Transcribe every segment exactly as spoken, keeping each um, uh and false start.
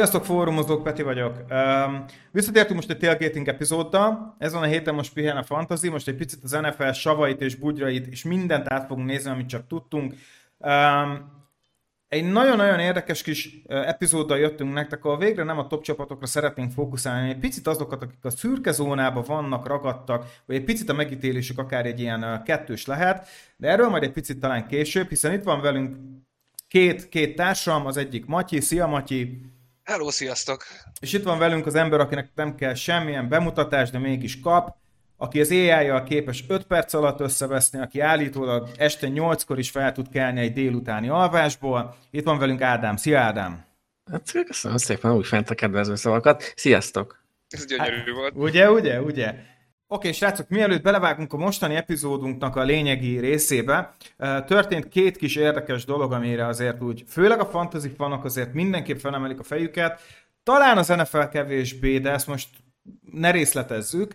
Sziasztok, fórumozók, Peti vagyok. Um, visszatértünk most egy tailgating epizóddal. Ezen a héten most pihen a fantasy, most egy picit az en ef el savait és bugyrait és mindent át fogunk nézni, amit csak tudtunk. Um, egy nagyon-nagyon érdekes kis epizóddal jöttünk nektek, ahol végre nem a top csapatokra szeretnénk fókuszálni, egy picit azokat, akik a szürke zónában vannak, ragadtak, vagy egy picit a megítélésük akár egy ilyen kettős lehet, de erről majd egy picit talán később, hiszen itt van velünk két, két társam, az egyik Matyi. Szia, Matyi! Hello, sziasztok! És itt van velünk az ember, akinek nem kell semmilyen bemutatás, de mégis kap, aki az á i-jal képes öt perc alatt összeveszni, aki állítólag este nyolckor is fel tud kelni egy délutáni alvásból. Itt van velünk Ádám. Szia, Ádám! Hát, köszönöm szépen, úgy fent a kedvező szavakat. Sziasztok! Ez gyönyörű hát, volt. Ugye, ugye, ugye? Oké, srácok, mielőtt belevágunk a mostani epizódunknak a lényegi részébe, történt két kis érdekes dolog, amire azért úgy, főleg a fantasy fanok azért mindenképp felemelik a fejüket. Talán az en ef el kevésbé, de ezt most ne részletezzük.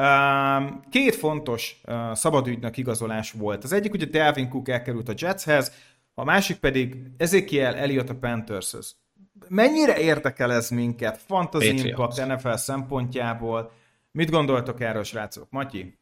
Két fontos szabadügynök igazolás volt. Az egyik ugye Dalvin Cook elkerült a Jetshez, a másik pedig Ezekiel Elliott a Panthershez. Mennyire érdekel ez minket fantasy impact en ef el szempontjából? Mit gondoltok erről, srácok? Matyi?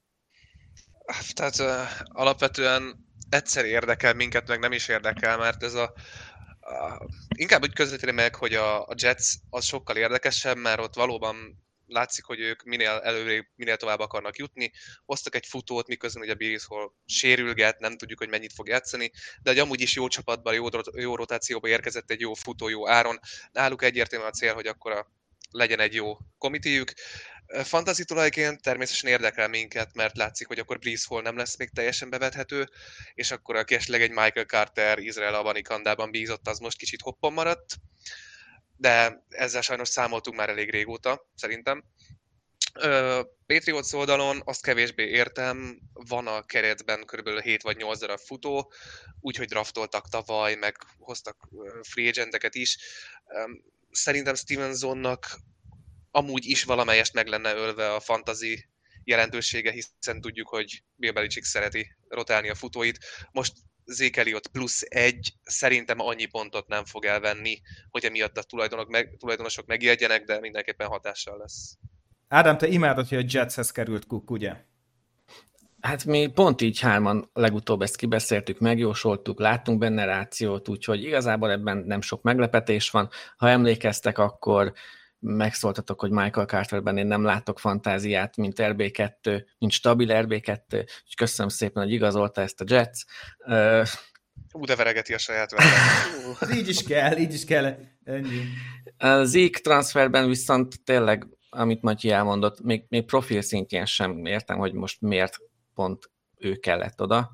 Tehát uh, alapvetően egyszer érdekel minket, meg nem is érdekel, mert ez a... a inkább úgy közvetíti meg, hogy a, a Jets az sokkal érdekesebb, mert ott valóban látszik, hogy ők minél előrébb, minél tovább akarnak jutni. Hoztak egy futót, miközben ugye Breece Hall sérülget, nem tudjuk, hogy mennyit fog játszani, de egy amúgy is jó csapatban, jó, jó rotációba érkezett egy jó futó, jó áron. Náluk egyértelműen a cél, hogy akkor a, legyen egy jó komitéjük. Fantasy tulajként természetesen érdekel minket, mert látszik, hogy akkor Breece Hall nem lesz még teljesen bevethető, és akkor aki esetleg egy Michael Carter Izrael Abanikandában bízott, az most kicsit hoppon maradt, de ezzel sajnos számoltunk már elég régóta, szerintem. Patriots oldalon azt kevésbé értem, van a keretben körülbelül hét vagy nyolc darab futó, úgyhogy draftoltak tavaly, meg hoztak free agenteket is. Szerintem Stevensonnak amúgy is valamelyest meg lenne ölve a fantasy jelentősége, hiszen tudjuk, hogy Bill Belichick szereti rotálni a futóit. Most Zeke Elliott plusz egy szerintem annyi pontot nem fog elvenni, hogy emiatt a tulajdonok meg, tulajdonosok megijedjenek, de mindenképpen hatással lesz. Ádám, te imádod, hogy a Jetshez került Cook, ugye? Hát mi pont így hárman legutóbb ezt kibeszéltük, megjósoltuk, láttunk benne rációt, úgyhogy igazából ebben nem sok meglepetés van. Ha emlékeztek, akkor megszóltatok, hogy Michael Carterben én nem látok fantáziát, mint er bé kettő, mint stabil er bé kettő, és köszönöm szépen, hogy igazolta ezt a Jets. Uh, Ú, de veregeti a saját veregeti. Így is kell, így is kell. Ennyi. A Zeke transferben viszont tényleg, amit Matyi elmondott, még, még profil szintjén sem értem, hogy most miért pont ő kellett oda,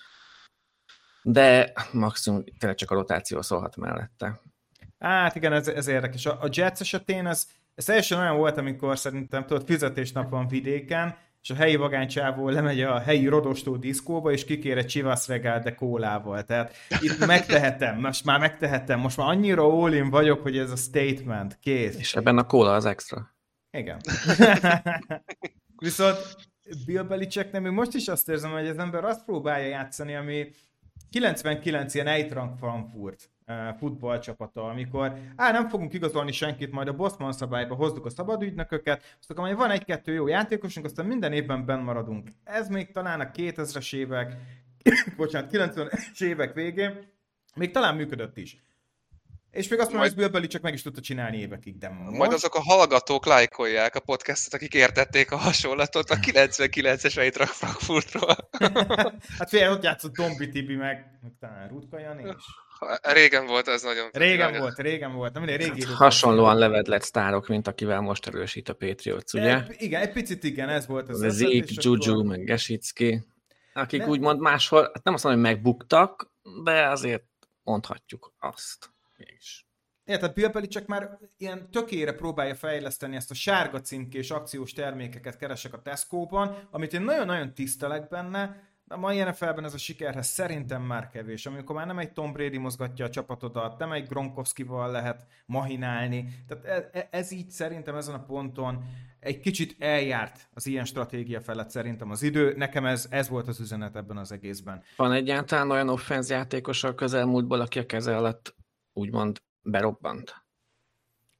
de maximum tényleg csak a rotáció szólhat mellette. Hát igen, ez, ez érdekes. A, a Jets esetén ez, ez teljesen olyan volt, amikor szerintem tudod, fizetésnap van vidéken, és a helyi vagánycsávó lemegy a helyi rodostó diszkóba, és kikér egy Chivas Regal de kólával. Tehát itt megtehetem, most már megtehetem, most már annyira all-in vagyok, hogy ez a statement, kész. És ebben a kóla az extra. Igen. Viszont Bill Belichicknek még most is azt érzem, hogy az ember azt próbálja játszani, ami kilencvenkilenc ilyen Eintracht Frankfurt futballcsapata, amikor á, nem fogunk igazolni senkit, majd a Bosman szabályba hozzuk a szabadügynököket, aztán majd van egy-kettő jó játékosunk, aztán minden évben benn maradunk. Ez még talán a kétezres évek, bocsánat, kilencvenes évek végén még talán működött is. És még azt mondom, hogy Bill Belichick meg is tudta csinálni évekig, de most... Majd azok a hallgatók lájkolják a podcastot, akik értették a hasonlatot a kilencvenkilences Eintracht Frankfurtról. Hát fél, ott játszott Dombi Tibi, meg, meg talán Rutka Jani is. Régen volt ez nagyon. Régen nagyon. volt, régen volt. Nem, régi hát hasonlóan levedlett sztárok, mint akivel most erősít a Patriots, ugye? E, igen, egy picit igen, ez volt az. Az Zeke, Juju, akkor... meg Gesicki, akik de... úgymond máshol, hát nem azt mondom, hogy megbuktak, de azért mondhatjuk azt. Mégis. Érted, Bill Belichick már ilyen tökére próbálja fejleszteni ezt a sárga címkés akciós termékeket keresek a Tesco-ban, amit én nagyon-nagyon tisztelek benne, de a mai en ef el-ben ez a sikerhez szerintem már kevés. Amikor már nem egy Tom Brady mozgatja a csapatodat, nem egy Gronkowskival lehet mahinálni. Tehát ez, ez így szerintem ezen a ponton egy kicsit eljárt az ilyen stratégia felett szerintem az idő. Nekem ez, ez volt az üzenet ebben az egészben. Van egyáltalán olyan offenz játékos a közelmúltból, aki a keze alatt úgymond berobbant?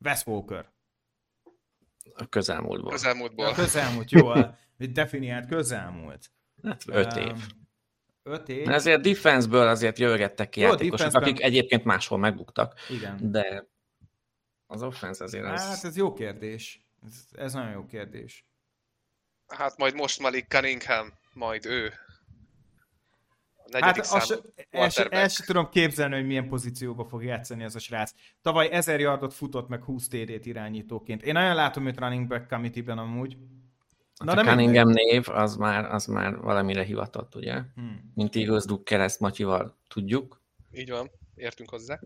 Wes Walker. A közelmúltból. Közelmúltból. A közelmúlt, jó, definiált közelmúlt. Hát öt év. Um, öt év. Ezért defense-ből azért jövegettek ki Jó, játékosok, defense-ben... akik egyébként máshol megbuktak. Igen. De az offense azért az... Hát ez jó kérdés. Ez, ez nagyon jó kérdés. Hát majd most Malik Cunningham, majd ő. A negyedik Hát szám el sem el se tudom képzelni, hogy milyen pozícióba fog játszani ez a srác. Tavaly ezer yardot futott meg húsz té dét irányítóként. Én nagyon látom őt running back committee-ben amúgy. Na, a Cunningham név az már, az már valamire hivatott, ugye? Hmm. Mint Eagles Ducker, ezt Matyival tudjuk. Így van, értünk hozzá.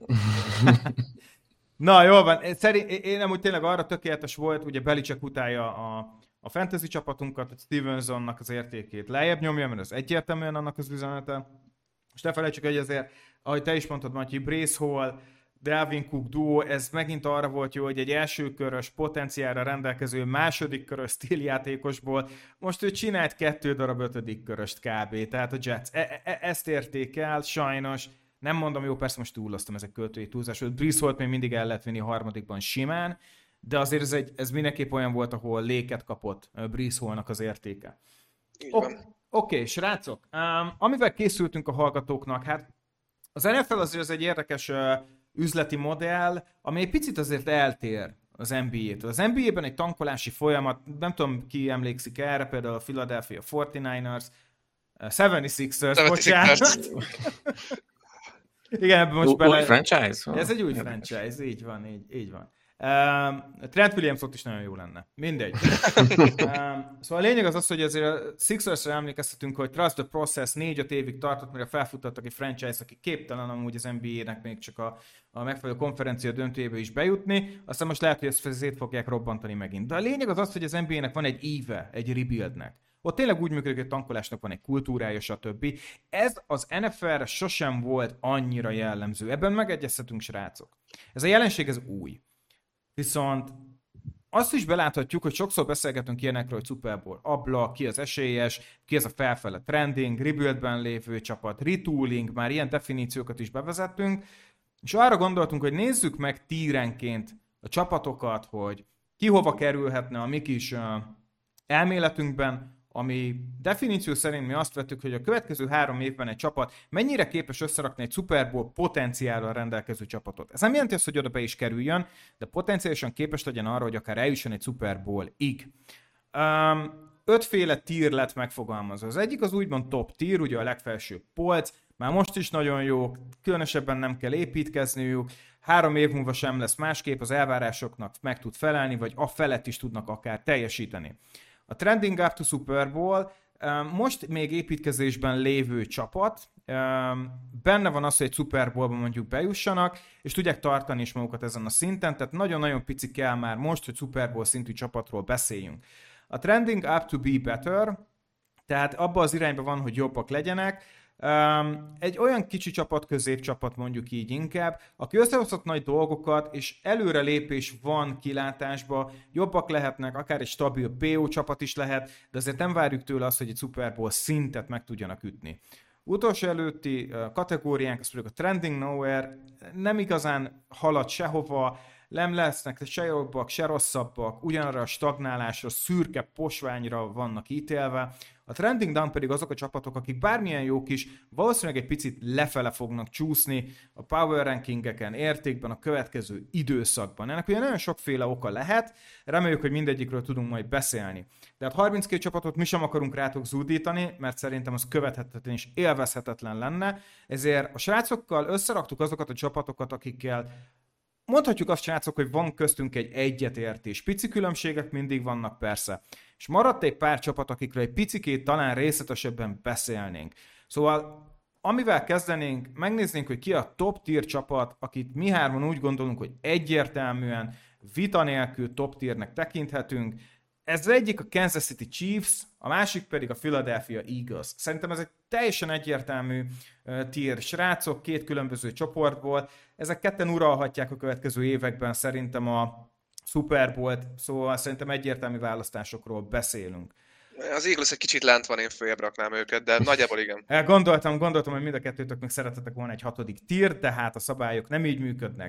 Na, jól van. Szerint, én nem úgy tényleg arra tökéletes volt, ugye Belichick utálja a, a fantasy csapatunkat, hogy Stevensonnak az értékét lejjebb nyomja, mert az egyértelműen annak az üzenete. És ne felejtsük, hogy azért, ahogy te is mondtad, Matyi, Breece Hall, Dalvin Cook duo, ez megint arra volt jó, hogy egy elsőkörös potenciálra rendelkező második körös stíljátékosból most ő csinált kettő darab ötödik köröst kb. Tehát a Jets e- e- ezt érték el, sajnos. Nem mondom, jó, persze most túloztam ezek költői túlzás, hogy Breece Hallt még mindig el lehet vinni a harmadikban simán, de azért ez, egy, ez mindenképp olyan volt, ahol léket kapott Breece Hallnak az értéke. Oké, okay, srácok, um, amivel készültünk a hallgatóknak, hát az en ef el azért az egy érdekes uh, üzleti modell, ami egy picit azért eltér az en bé á-től. Az en bé á-ben egy tankolási folyamat, nem tudom, ki emlékszik erre, például a Philadelphia negyvenkilencesek, uh, hetvenhatos, bocsánat. Igen, ebben most bele... Új franchise? Ez egy új Érdekes. franchise, így van, így, így van. Um, Trent Williams ott is nagyon jó lenne. Mindegy. um, szóval a lényeg az az, hogy azért a Sixersre emlékeztetünk, hogy Trust the Process négy-öt évig tartott, mire felfuttattak egy franchise, aki képtelen amúgy az en bé á-nek még csak a, a megfelelő konferencia döntőjébe is bejutni, aztán most lehet, hogy ezt szét fogják robbantani megint. De a lényeg az az, hogy az en bé á-nek van egy íve, egy rebuildnek. Ott tényleg úgy működik, hogy a tankolásnak van egy kultúrája, stb. Ez az en ef el-re sosem volt annyira jellemző. Ebben megegyezhetünk, srácok. Ez a jelenség, ez új. Viszont azt is beláthatjuk, hogy sokszor beszélgetünk ilyenekről, hogy Super Bowl ablak, ki az esélyes, ki az a felfele trending, rebuildben lévő csapat, retooling, már ilyen definíciókat is bevezettünk, és arra gondoltunk, hogy nézzük meg tírenként a csapatokat, hogy ki hova kerülhetne a mi kis uh, elméletünkben, ami definíció szerint mi azt vettük, hogy a következő három évben egy csapat mennyire képes összerakni egy Super Bowl potenciállal rendelkező csapatot. Ez nem jelenti azt, hogy oda be is kerüljön, de potenciálisan képes legyen arra, hogy akár eljusson egy Super Bowl-ig. Um, ötféle tier lett megfogalmazva. Az egyik az úgymond top tier, ugye a legfelső polc, már most is nagyon jók, különösebben nem kell építkezniük, három év múlva sem lesz másképp, az elvárásoknak meg tud felelni, vagy a felett is tudnak akár teljesíteni. A Trending Up to Super Bowl most még építkezésben lévő csapat, benne van az, hogy egy Super Bowlba mondjuk bejussanak, és tudják tartani is magukat ezen a szinten, tehát nagyon-nagyon pici kell már most, hogy Super Bowl szintű csapatról beszéljünk. A Trending Up to Be Better, tehát abba az irányba van, hogy jobbak legyenek, Um, egy olyan kicsi csapat, középcsapat mondjuk így inkább, aki összehozott nagy dolgokat, és előrelépés van kilátásba, jobbak lehetnek, akár egy stabil pé o csapat is lehet, de azért nem várjuk tőle azt, hogy egy Super Bowl szintet meg tudjanak ütni. Utolsó előtti uh, kategóriánk, az pedig a Trending Nowhere, nem igazán halad sehova, nem lesznek se jobbak, se rosszabbak, ugyanarra a stagnálásra, szürke posványra vannak ítélve. A Trending Down pedig azok a csapatok, akik bármilyen jók is, valószínűleg egy picit lefele fognak csúszni a power rankingeken, értékben a következő időszakban. Ennek ugye nagyon sokféle oka lehet, reméljük, hogy mindegyikről tudunk majd beszélni. De hát harminckét csapatot mi sem akarunk rátok zúdítani, mert szerintem az követhetetlen és élvezhetetlen lenne, ezért a srácokkal összeraktuk azokat a csapatokat, akikkel mondhatjuk azt, srácok, hogy van köztünk egy egyetértés. Pici különbségek mindig vannak persze. És maradt egy pár csapat, akikről egy picikét talán részletesebben beszélnénk. Szóval, amivel kezdenénk, megnéznénk, hogy ki a top tier csapat, akit mi hárman úgy gondolunk, hogy egyértelműen, vita nélkül top tiernek tekinthetünk. Ez egyik a Kansas City Chiefs, a másik pedig a Philadelphia Eagles. Szerintem ez egy teljesen egyértelmű uh, tier srácok, két különböző csoportból. Ezek ketten uralhatják a következő években szerintem a Super Bowl-t, szóval szerintem egyértelmű választásokról beszélünk. Az Eagles egy kicsit lent van, én följebb raknám őket, de nagyjából igen. Gondoltam, gondoltam, hogy mind a kettőtök meg szeretetek volna egy hatodik tier, de hát a szabályok nem így működnek.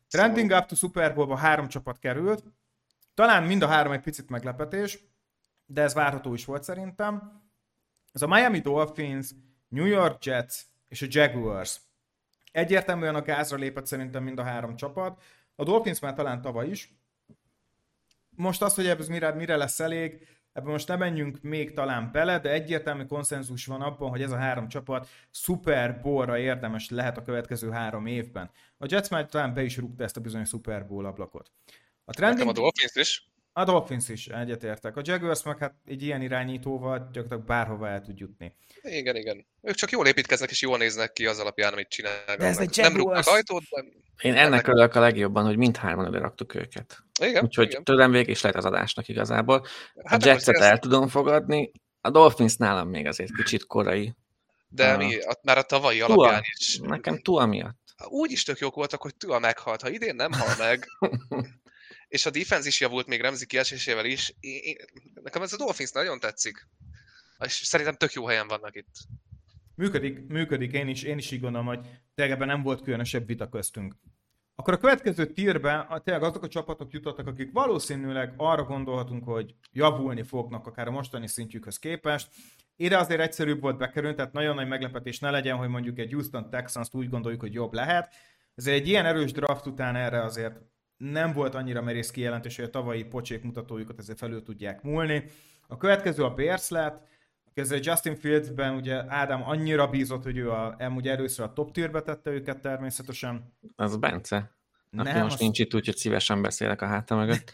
Trending up to Super Bowl-ba három csapat került. Talán mind a három egy picit meglepetés, de ez várható is volt szerintem. Ez a Miami Dolphins, New York Jets és a Jaguars. Egyértelműen a gázra lépett szerintem mind a három csapat. A Dolphins már talán tavaly is. Most az, hogy ez mire, mire lesz elég, ebben most nem menjünk még talán bele, de egyértelmű konszenzus van abban, hogy ez a három csapat Super Bowl-ra érdemes lehet a következő három évben. A Jets már talán be is rúgta ezt a bizonyos Super Bowl ablakot. A trending... Nekem a Dolphins is. A Dolphins is, egyetértek. A Jaguars meg hát egy ilyen irányítóval gyakorlatilag bárhova el tud jutni. Igen, igen. Ők csak jól építkeznek és jól néznek ki az alapján, amit csinálnak. De ez egy nem rúgnak ajtót, de... Én ennek örülök a legjobban, hogy mindhárman összeraktuk őket. Igen, úgyhogy igen. tőlem végig is lehet az adásnak igazából. A Hát Jetset ez... el tudom fogadni, a Dolphins nálam még azért kicsit korai. De a... mi? A, már a tavalyi Tua. alapján is. Nekem Tua miatt. Úgy is tök jók voltak, hogy Tua meghalt. Ha idén nem hal meg, és a defense is javult még Ramsey kiesésével is. Én, én, nekem ez a Dolphins nagyon tetszik. És szerintem tök jó helyen vannak itt. Működik, működik, én is, én is így gondolom, hogy tényleg ebben nem volt különösebb vita köztünk. Akkor a következő tírben tényleg azok a csapatok jutottak, akik valószínűleg arra gondolhatunk, hogy javulni fognak akár a mostani szintjükhöz képest. Ide azért egyszerűbb volt bekerülni, tehát nagyon nagy meglepetés ne legyen, hogy mondjuk egy Houston Texans úgy gondoljuk, hogy jobb lehet. Ezért egy ilyen erős draft után erre azért nem volt annyira merész kijelentés, hogy a tavalyi pocsék mutatójukat ezért felül tudják múlni. A következő a Bears lett, ezzel Justin Fieldsben ugye Ádám annyira bízott, hogy ő a, amúgy először a top tierbe tette őket természetesen. Az Bence. Aki Nem, most az... nincs itt, úgyhogy szívesen beszélek a háta mögött.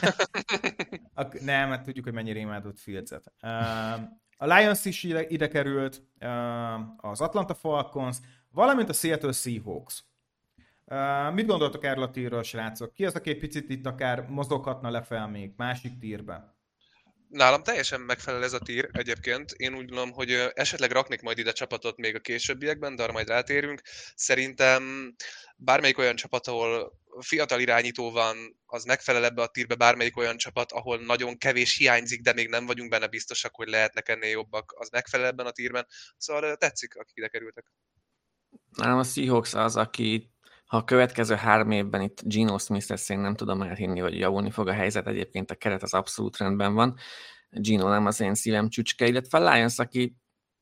Nem, mert tudjuk, hogy mennyire imádott Fields-et. A Lions is ide, ide került, az Atlanta Falcons, valamint a Seattle Seahawks. Mit gondoltok erről a tírről, srácok? Ki az, aki egy picit itt akár mozoghatna lefelé még másik tírbe? Nálam teljesen megfelel ez a tír egyébként. Én úgy gondolom, hogy esetleg raknék majd ide csapatot még a későbbiekben, de arra majd rátérünk. Szerintem bármelyik olyan csapat, ahol fiatal irányító van, az megfelel ebbe a tírbe, bármelyik olyan csapat, ahol nagyon kevés hiányzik, de még nem vagyunk benne biztosak, hogy lehetnek ennél jobbak, az megfelel ebben a tírben. Szóval tetszik, akik ide kerültek. Nálam a Seahawks az, aki ha a következő három évben itt Geno Smith-et én nem tudom elhinni, hogy javulni fog a helyzet, egyébként a keret az abszolút rendben van. Geno nem az én szívem csücske, illetve a Lions, aki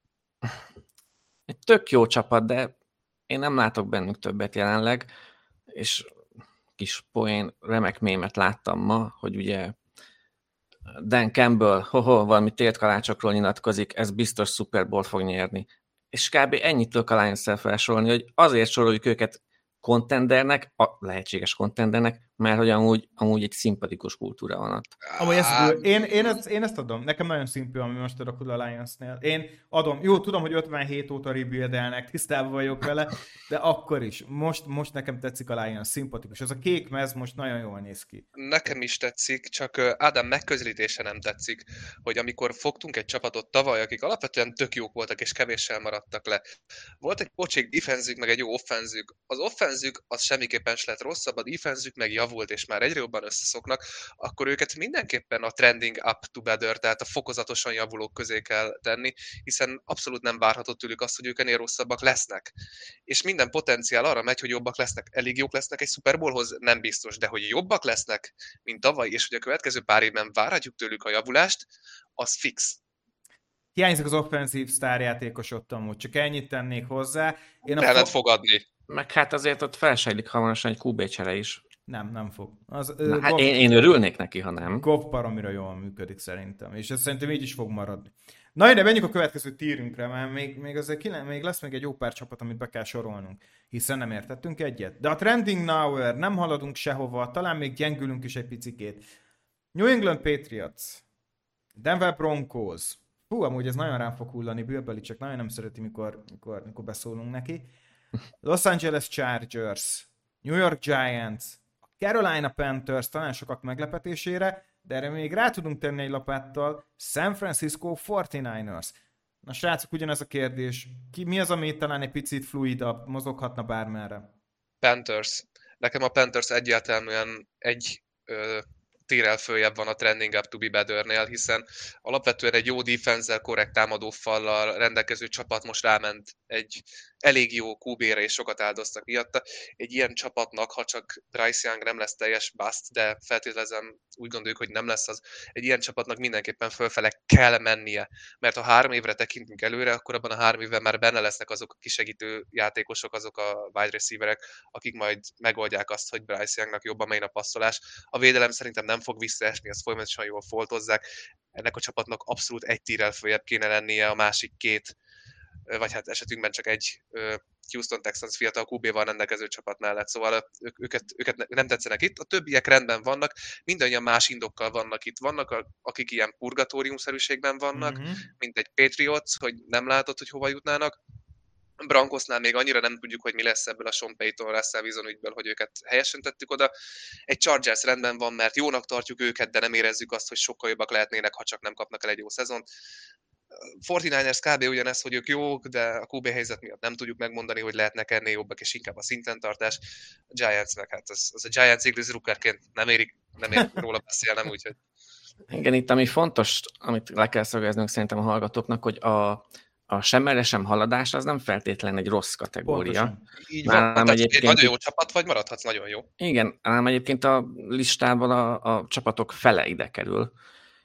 egy tök jó csapat, de én nem látok bennük többet jelenleg, és kis poén, remek mémet láttam ma, hogy ugye Dan Campbell, hoho, valami tértkalácsokról nyilatkozik, ez biztos Super Bowl fog nyerni. És kb. Ennyit tudok a Lions-szel felsorolni, hogy azért soroljuk őket kontendernek, a lehetséges kontendernek, mert hogy amúgy, amúgy egy szimpatikus kultúra van ott. Amúgy ezt, én, én, ezt, én ezt adom. Nekem nagyon szimpű, ami most adok a Lionsnél. Én adom. Jó, tudom, hogy ötvenhét óta rebuildelnek, tisztában vagyok vele, de akkor is. Most, most nekem tetszik a Lions, szimpatikus. Az a kék mez most nagyon jól néz ki. Nekem is tetszik, csak Ádám megközelítése nem tetszik, hogy amikor fogtunk egy csapatot tavaly, akik alapvetően tök jók voltak és kevéssel maradtak le. Volt egy pocsék defenzük, meg egy jó offenzük. Az offenzük az semmiképpen se lett rosszabb, a defenzük meg javult, és már egyre jobban összeszoknak, akkor őket mindenképpen a trending up to better, tehát a fokozatosan javulók közé kell tenni, hiszen abszolút nem várható tőlük azt, hogy ők ennél rosszabbak lesznek. És minden potenciál arra megy, hogy jobbak lesznek. Elég jók lesznek egy Super Bowlhoz, nem biztos, de hogy jobbak lesznek, mint tavaly, és hogy a következő pár évben várhatjuk tőlük a javulást, az fix. Hiányzik az offenzív sztárjátékos ott amúgy, csak ennyit tennék hozzá. Én lehet fo- fogadni. Meg hát azért ott felsejlik hamarosan egy kú bé csere is. Nem, nem fog. Az, Na, hát golf, én, én örülnék neki, ha nem. Golf baromira jól működik szerintem, és ez szerintem így is fog maradni. Na ide, menjünk a következő tírünkre, mert még, még, azért kile, még lesz még egy jó pár csapat, amit be kell sorolnunk, hiszen nem értettünk egyet. De a trending now nem haladunk sehova, talán még gyengülünk is egy picikét. New England Patriots, Denver Broncos. Hú, amúgy ez nagyon rám fog hullani, Bill Belichick nagyon nem szereti, mikor, mikor, mikor beszólunk neki. Los Angeles Chargers, New York Giants, Carolina Panthers, talán sokak meglepetésére, de erre még rá tudunk tenni egy lapáttal, San Francisco negyvenkilencesek. Na srácok, ugyanez a kérdés. Ki, mi az, ami talán egy picit fluidabb, mozoghatna bármerre? Panthers. Nekem a Panthers egyáltalán egy ö, tírrel följebb van a trending up to be betternél, hiszen alapvetően egy jó defense-zel, korrekt támadófallal rendelkező csapat most ráment egy elég jó kú bé-re és sokat áldoztak miatta. Egy ilyen csapatnak, ha csak Bryce Young nem lesz teljes bust, de feltételezem, úgy gondoljuk, hogy nem lesz az, egy ilyen csapatnak mindenképpen fölfele kell mennie, mert ha három évre tekintünk előre, akkor abban a három évben már benne lesznek azok a kisegítő játékosok, azok a wide receiverek, akik majd megoldják azt, hogy Bryce Youngnak jobban menjen a passzolás. A védelem szerintem nem fog visszaesni, azt folyamatosan jól foltozzák. Ennek a csapatnak abszolút egy tírrel följebb kéne lennie a másik két, vagy hát esetünkben csak egy Houston Texans fiatal kú bé-val rendelkező csapat mellett, szóval ők, őket, őket nem tetszenek itt. A többiek rendben vannak, mindannyian más indokkal vannak itt. Vannak, akik ilyen purgatóriumszerűségben vannak, mm-hmm. mint egy Patriots, hogy nem látod, hogy hova jutnának. Broncosnál még annyira nem tudjuk, hogy mi lesz ebből a Sean Payton Russell Wilson ügyből, hogy őket helyesen tettük oda. Egy Chargers rendben van, mert jónak tartjuk őket, de nem érezzük azt, hogy sokkal jobbak lehetnének, ha csak nem kapnak el egy jó szezont. negyvenkilencesek kb. Ugyanez, hogy ők jók, de a kú bé helyzet miatt nem tudjuk megmondani, hogy lehetnek ennél jobbak, és inkább a szinten tartás. A Giants meg, hát az, az a Giants Eagles rookerként nem érik, nem érik róla beszélnem, úgyhogy... Igen, itt ami fontos, amit le kell szögeznünk szerintem a hallgatóknak, hogy a, a semmere sem haladás az nem feltétlenül egy rossz kategória. Pontosan. Így van, tehát egy nagyon jó csapat vagy, maradhatsz nagyon jó. Igen, ám egyébként a listában a, a csapatok fele ide kerül,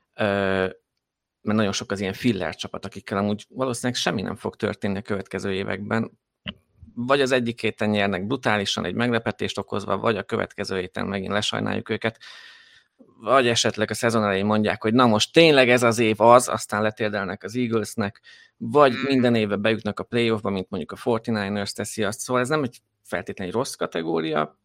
mert nagyon sok az ilyen filler csapat, akikkel amúgy valószínűleg semmi nem fog történni a következő években. Vagy az egyik héten nyernek brutálisan egy meglepetést okozva, vagy a következő héten megint lesajnáljuk őket, vagy esetleg a szezon elején mondják, hogy na most tényleg ez az év az, aztán letérdelnek az Eaglesnek, vagy mm. minden évben bejutnak a playoffba, mint mondjuk a negyvenkilencesek teszi azt. Szóval ez nem egy feltétlenül rossz kategória,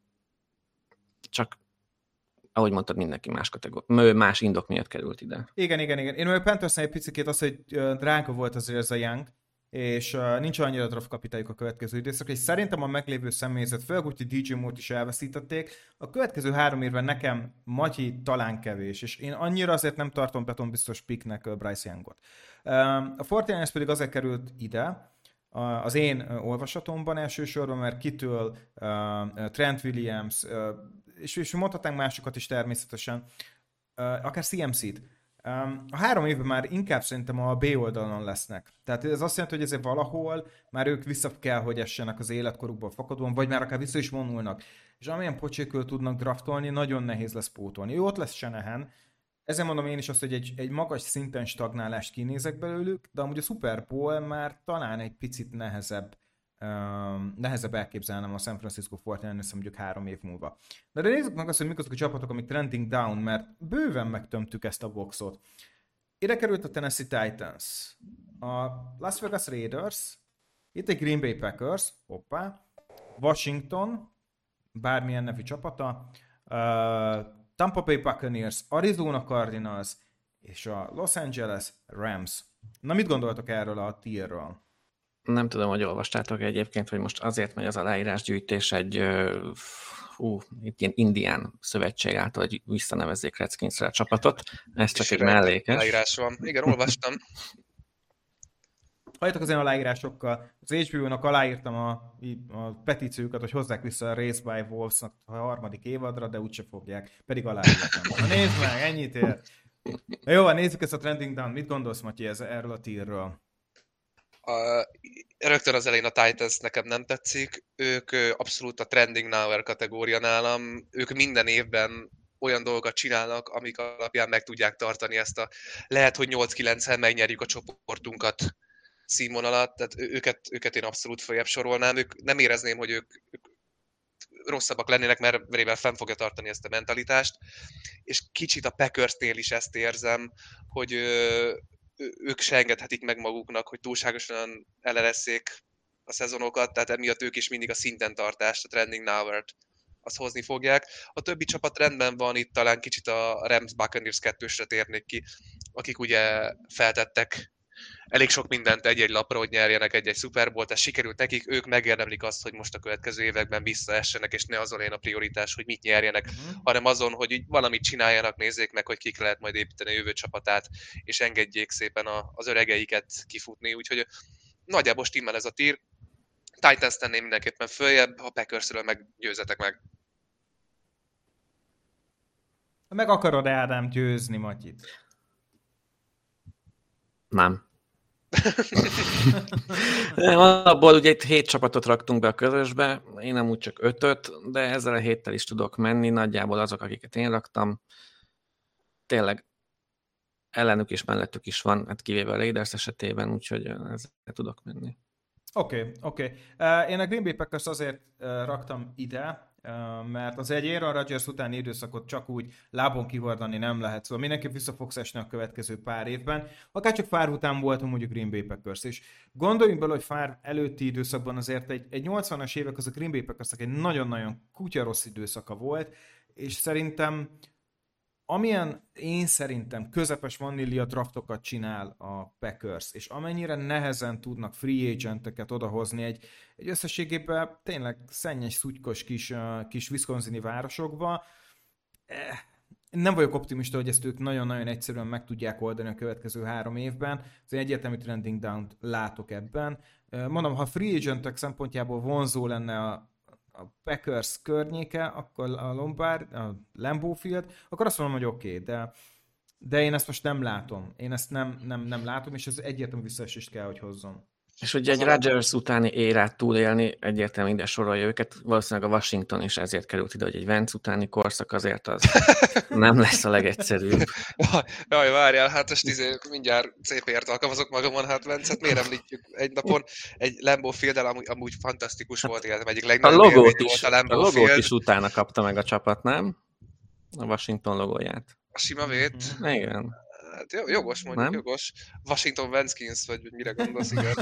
csak ahogy mondtad, mindenki más kategória, más indok miatt került ide. Igen, igen, igen. Én meg Panthersnél egy picit az, hogy drága volt azért ez a Young, és uh, nincs annyira draft kapitályuk a következő időszakra, és szerintem a meglévő személyzet, főleg úgy, hogy dé jé Moore-t is elveszítették, a következő három évben nekem Matyi talán kevés, és én annyira azért nem tartom betonbiztos picknek uh, Bryce Youngot. Uh, a negyvenkilencesek pedig azért került ide, uh, az én uh, olvasatomban elsősorban, mert kitől uh, Trent Williams, uh, és, és mondhatnánk másokat is természetesen, uh, akár cé em cét. Um, a három évben már inkább szerintem a B oldalon lesznek. Tehát ez azt jelenti, hogy ezért valahol már ők vissza kell, hogy essenek az életkorukból fakadóan, vagy már akár vissza is vonulnak. És amilyen pocsékül tudnak draftolni, nagyon nehéz lesz pótolni. Jó, ott lesz Shanahan. Ezért mondom én is azt, hogy egy, egy magas szinten stagnálást kinézek belőlük, de amúgy a Super Bowl már talán egy picit nehezebb, um, nehezebb elképzelnem a San Francisco negyvenkilencesek mondjuk három év múlva. De, de nézzük meg azt, hogy mik azok a csapatok, amik trending down, mert bőven megtömtük ezt a boxot. Ide került a Tennessee Titans, a Las Vegas Raiders, itt egy Green Bay Packers, hoppá, Washington, bármilyen nevű csapata, uh, Tampa Bay Buccaneers, Arizona Cardinals és a Los Angeles Rams. Na, mit gondoltok erről a tierről? Nem tudom, hogy olvastátok egyébként, hogy most azért megy az aláírásgyűjtés egy hú, egy ilyen indián szövetség által, hogy visszanevezzék Redskinsre a csapatot. Ez csak egy mellékes. Aláírás van. Igen, olvastam. Halljatok az én aláírásokkal. Az há bé ó-nak aláírtam a, a petíciókat, hogy hozzák vissza a Race by Wolves-nak a harmadik évadra, de úgyse fogják. Pedig aláírtam. Na, nézd meg, ennyit ér. Jó, nézzük ezt a trending down. Mit gondolsz, Matyi, ez, erről a tierről? A, rögtön az elején a Titans nekem nem tetszik. Ők abszolút a trending now kategória nálam. Ők minden évben olyan dolgokat csinálnak, amik alapján meg tudják tartani ezt a lehet, hogy nyolc-kilenccel megnyerjük a csoportunkat színvonalat, tehát őket, őket én abszolút följebb sorolnám. Ők nem érezném, hogy ők, ők rosszabbak lennének, mert mivel fenn fogja tartani ezt a mentalitást. És kicsit a Packersnél is ezt érzem, hogy ö, ők se engedhetik meg maguknak, hogy túlságosan eleresszék a szezonokat, tehát emiatt ők is mindig a szinten tartást, a trending now-t azt hozni fogják. A többi csapat rendben van, itt talán kicsit a Rams Buccaneers kettősre térnék ki, akik ugye feltettek elég sok mindent egy-egy lapra, hogy nyerjenek egy-egy Super Bowl-t, ez sikerült nekik, ők megérdemlik azt, hogy most a következő években visszaessenek, és ne azon legyen a prioritás, hogy mit nyerjenek, uh-huh. hanem azon, hogy így valamit csináljanak, nézzék meg, hogy kik lehet majd építeni a jövő csapatát, és engedjék szépen a, az öregeiket kifutni, úgyhogy nagyjából stimmel ez a tír. Titans tenném mindenképpen följebb, ha Packersről meg győzetek meg. Meg akarod Ádám győzni, Matyit? Nem. Abból ugye itt hét csapatot raktunk be a közösbe, én amúgy csak ötöt, de ezzel a héttel is tudok menni, nagyjából azok, akiket én raktam. Tényleg ellenük és mellettük is van, hát kivéve a Raiders esetében, úgyhogy ezzel tudok menni. Oké, okay, oké. Okay. Uh, én a Green Bay Packers azért uh, raktam ide, uh, mert az egy Aaron Rodgers utáni időszakot csak úgy lábon kihordani nem lehet, szóval mindenképp vissza fogsz esni a következő pár évben. Akár csak Favre után voltunk mondjuk Green Bay Packers is. Gondoljunk bele, hogy Favre előtti időszakban azért egy, egy nyolcvanas évek az a Green Bay Packersnek egy nagyon-nagyon kutya rossz időszaka volt, és szerintem amilyen én szerintem közepes vanília draftokat csinál a Packers, és amennyire nehezen tudnak free agenteket odahozni egy, egy összességében tényleg szennyes, szutykos kis, uh, kis Wisconsini városokba, eh, nem vagyok optimista, hogy ezt ők nagyon-nagyon egyszerűen meg tudják oldani a következő három évben. Az egyértelmű trending down-t látok ebben. Mondom, ha free agentek szempontjából vonzó lenne a a Packers környéke, akkor a Lombard, a Lambeau Field, akkor azt mondom, hogy oké, okay, de, de én ezt most nem látom. Én ezt nem, nem, nem látom, és ez egyértelmű visszaesést kell, hogy hozzon. És hogy egy Rodgers utáni érát túlélni, egyértelműen ide sorolja őket, valószínűleg a Washington is ezért került ide, hogy egy Wentz utáni korszak azért az nem lesz a legegyszerűbb. Jaj, várjál, hát most izé, mindjárt cé pé er-t alkalmazok magamon, hát Wentzet miért említjük egy napon? Egy Lambeau Field-el amúgy, amúgy fantasztikus hát volt, életem egyik legnagyobb élmény volt a Lambeau A logót Field. is utána kapta meg a csapat, nem? A Washington logóját. A sima vét? Igen. Hát jogos, mondjuk, nem? jogos. Washington Redskins, vagy mire gondolsz, igen.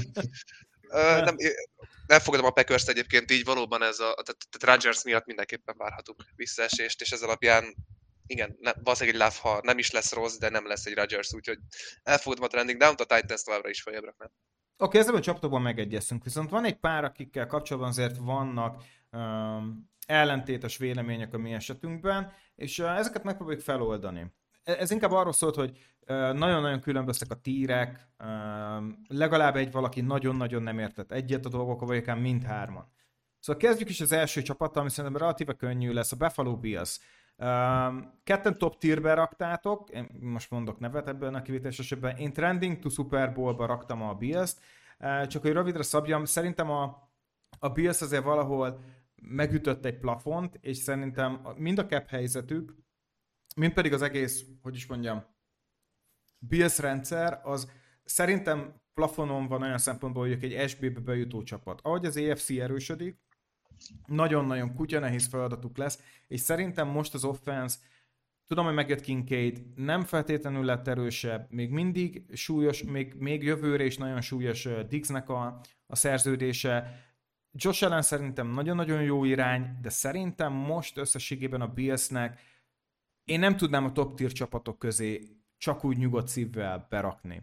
uh, nem, elfogadom a Packers-t egyébként így, valóban ez a, tehát, tehát Rodgers miatt mindenképpen várhatunk visszaesést, és ez alapján igen, ne, valószínűleg egy Love, ha nem is lesz rossz, de nem lesz egy Rodgers, úgyhogy elfogadom a trending down-t, a Titans továbbra is feljebb raknám. Oké, okay, ezzel a csapatokban megegyeztünk, viszont van egy pár, akikkel kapcsolatban azért vannak um, ellentétes vélemények a mi esetünkben, és uh, ezeket megpróbáljuk feloldani. Ez inkább arról szólt, hogy uh, nagyon-nagyon különböztek a tírek, uh, legalább egy valaki nagyon-nagyon nem értett egyet a dolgokkal, vagy akár mindhárman. Szóval kezdjük is az első csapattal, ami szerintem relatíve könnyű lesz, a Buffalo Bills. Um, ketten top tierbe raktátok, én most mondok nevet ebben a kivételes esetben, én Trending to Super Bowl-ba raktam a Bills-t, uh, csak hogy rövidre szabjam, szerintem a, a Bills azért valahol megütött egy plafont, és szerintem mind a cap helyzetük, mind pedig az egész, hogy is mondjam, Bills rendszer, az szerintem plafonon van olyan szempontból, hogy ők egy es bé-be bejutó csapat. Ahogy az á ef cé erősödik, nagyon-nagyon kutya nehéz feladatuk lesz, és szerintem most az offense, tudom, hogy megjött Kincaid, nem feltétlenül lett erősebb, még mindig súlyos, még, még jövőre is nagyon súlyos Diggsnek a, a szerződése. Josh Allen szerintem nagyon-nagyon jó irány, de szerintem most összességében a Billsnek én nem tudnám a top tier csapatok közé csak úgy nyugodt szívvel berakni.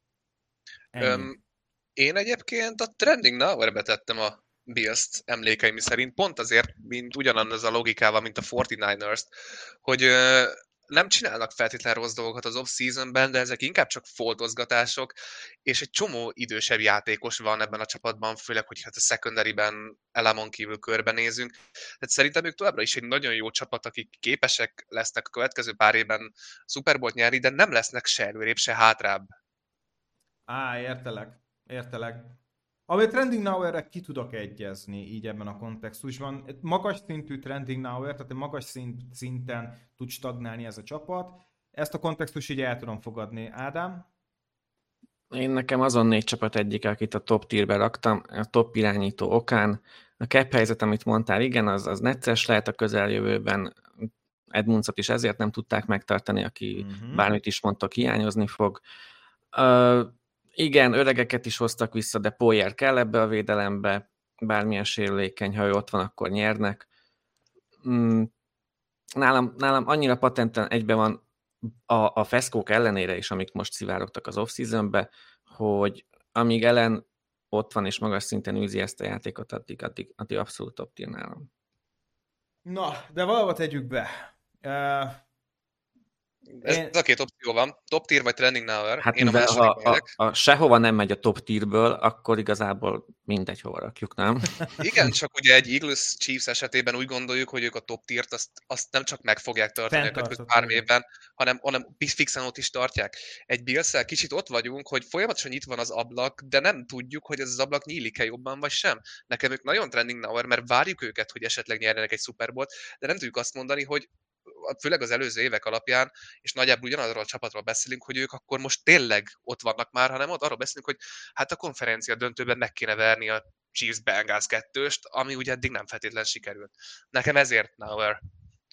Um, én egyébként a Trending Now-re tettem a Bills-t emlékeim szerint, pont azért, mint ugyanaz a logikával, mint a negyvenkilencesert, hogy ö, nem csinálnak feltétlenül rossz dolgokat az off-seasonben, de ezek inkább csak foltozgatások, és egy csomó idősebb játékos van ebben a csapatban, főleg, hogy hát a secondary-ben Elamon kívül körbenézünk. Tehát szerintem ők továbbra is egy nagyon jó csapat, akik képesek lesznek a következő pár évben Super Bowl-t nyerni, de nem lesznek se előrébb, se hátrább. Á, értelek, értelek. Ami Trending Now-erre ki tudok egyezni így ebben a kontextusban. Magas szintű Trending Now-er, tehát egy magas szint, szinten tud stagnálni ez a csapat. Ezt a kontextus így el tudom fogadni. Ádám? Én nekem azon négy csapat egyik, akit a top tierbe raktam, a top irányító okán. A cap helyzet, amit mondtál, igen, az, az necces lehet a közeljövőben. Edmundsot is ezért nem tudták megtartani, aki uh-huh. bármit is mondtak, hiányozni fog. Uh, Igen, öregeket is hoztak vissza, de Poyer kell ebbe a védelembe, bármilyen sérülékeny, ha ő ott van, akkor nyernek. Nálam, nálam annyira patenten egybe van a, a feszkók ellenére is, amik most szivárogtak az off-seasonbe, hogy amíg Ellen ott van és magas szinten űzi ezt a játékot, addig, addig, addig abszolút top tier nálam. Na, de valahol tegyük be. Uh... Ez Én... a két opció van, top tier vagy trending now. Hát Én a mivel ha második megyek. a, a sehova nem megy a top tierből, akkor igazából mindegy, hova rakjuk, nem? Igen, csak ugye egy Eagles Chiefs esetében úgy gondoljuk, hogy ők a top tiert azt, azt nem csak meg fogják tartani a következő három évben, hanem, hanem fixen ott is tartják. Egy Bills-szel kicsit ott vagyunk, hogy folyamatosan itt van az ablak, de nem tudjuk, hogy ez az ablak nyílik-e jobban, vagy sem. Nekem ők nagyon trending now, mert várjuk őket, hogy esetleg nyerjenek egy Super Bowl-t, de nem tudjuk azt mondani, hogy főleg az előző évek alapján, és nagyjából ugyanarról a csapatról beszélünk, hogy ők akkor most tényleg ott vannak már, hanem ott arról beszélünk, hogy hát a konferencia döntőben meg kéne verni a Chiefs Bengals kettőst, ami ugye eddig nem feltétlen sikerült. Nekem ezért Nauer.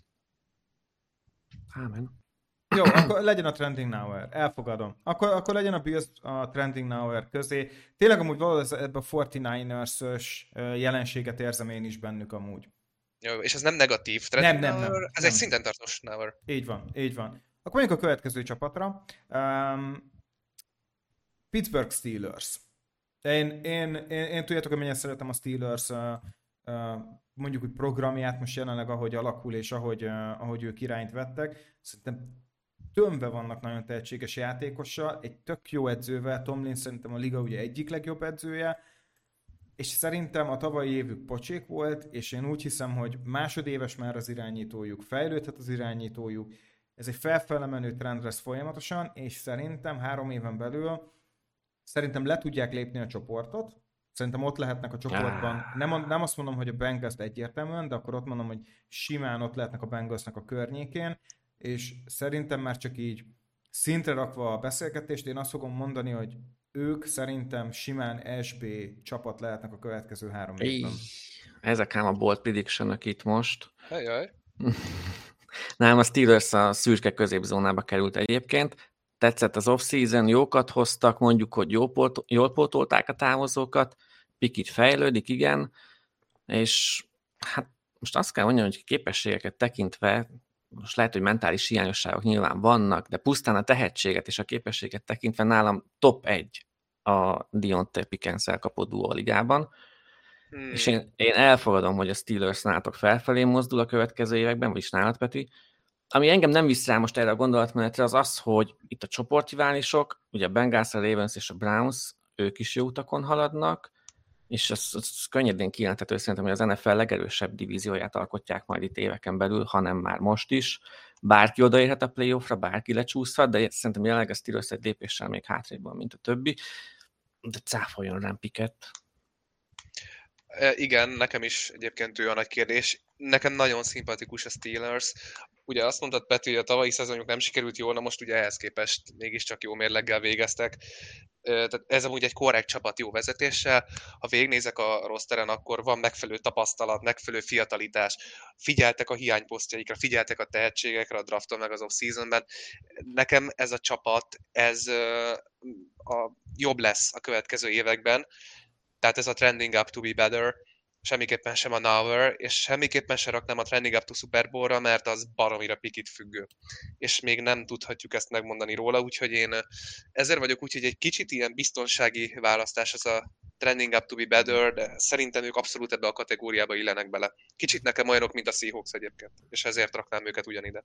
Ámen. Jó, akkor legyen a trending now-er. Elfogadom. Akkor, akkor legyen a Bills a trending now-er közé. Tényleg amúgy valószínűleg ebben a negyvenkilencesös jelenséget érzem én is bennük amúgy. Jó, és ez nem negatív. Nem, nem, nem. Ez nem. egy szinten tartós Nauer. Így van, így van. Akkor mondjuk a következő csapatra. Um, Pittsburgh Steelers. Én, én, én, én tudjátok, hogy mennyire szeretem a Steelers uh, uh, mondjuk úgy programját most jelenleg, ahogy alakul és ahogy, uh, ahogy ők irányt vettek. Szerintem tömve vannak nagyon tehetséges játékossal, egy tök jó edzővel, Tomlin szerintem a liga ugye egyik legjobb edzője, és szerintem a tavalyi évük pocsék volt, és én úgy hiszem, hogy másodéves már az irányítójuk, fejlődhet az irányítójuk, ez egy felfele menő trend lesz folyamatosan, és szerintem három éven belül szerintem le tudják lépni a csoportot, szerintem ott lehetnek a csoportban, nem, nem azt mondom, hogy a Bengals egyértelműen, de akkor ott mondom, hogy simán ott lehetnek a Bengalsnak a környékén, és szerintem már csak így szintre rakva a beszélgetést, én azt fogom mondani, hogy ők szerintem simán es bé csapat lehetnek a következő három évben. Ezek ám a bold prediction-ök itt most. Ajaj. Nem, a Steelers a szürke középzónába került egyébként. Tetszett az off-season, jókat hoztak, mondjuk, hogy jól, pót, jól pótolták a távozókat, Pickett fejlődik, igen, és hát most azt kell mondjam, hogy képességeket tekintve, most lehet, hogy mentális hiányosságok nyilván vannak, de pusztán a tehetséget és a képességet tekintve nálam top egy a Dionte Pickens-el kapott duo ligában. Hmm. És én, én elfogadom, hogy a Steelers nálatok felfelé mozdul a következő években, vagyis nálad, Peti. Ami engem nem visz rá most erre a gondolatmenetre, az az, hogy itt a csoportriválisok, ugye a Bengals, a Ravens és a Browns, ők is jó utakon haladnak, és az, az könnyedén kijelenthető szerintem, hogy az en ef el legerősebb divízióját alkotják majd itt éveken belül, hanem már most is. Bárki odaérhet a playoffra, bárki lecsúszhat, de szerintem jelenleg a Steelers egy lépéssel még hátrébb van, mint a többi. De cáfoljon rám Pickett. E, igen, nekem is egyébként ő a nagy kérdés. Nekem nagyon szimpatikus a Steelers. Ugye azt mondtad, Peti, hogy a tavalyi szezonjuk nem sikerült jól, na most ugye ehhez képest mégiscsak jó mérleggel végeztek. Tehát ez amúgy egy korrekt csapat jó vezetéssel. Ha végignézek a rosteren, akkor van megfelelő tapasztalat, megfelelő fiatalitás. Figyeltek a hiányposztjaikra, figyeltek a tehetségekre a drafton meg az off-seasonben. Nekem ez a csapat, ez a jobb lesz a következő években. Tehát ez a trending up to be better, semmiképpen sem a Nauer, és semmiképpen sem raknám a trending up to Super Bowl-ra, mert az baromira Pickett függő. És még nem tudhatjuk ezt megmondani róla, úgyhogy én ezért vagyok úgy, hogy egy kicsit ilyen biztonsági választás az a trending up to be better, de szerintem ők abszolút ebbe a kategóriába illenek bele. Kicsit nekem olyanok, mint a Seahawks egyébként, és ezért raknám őket ugyanide.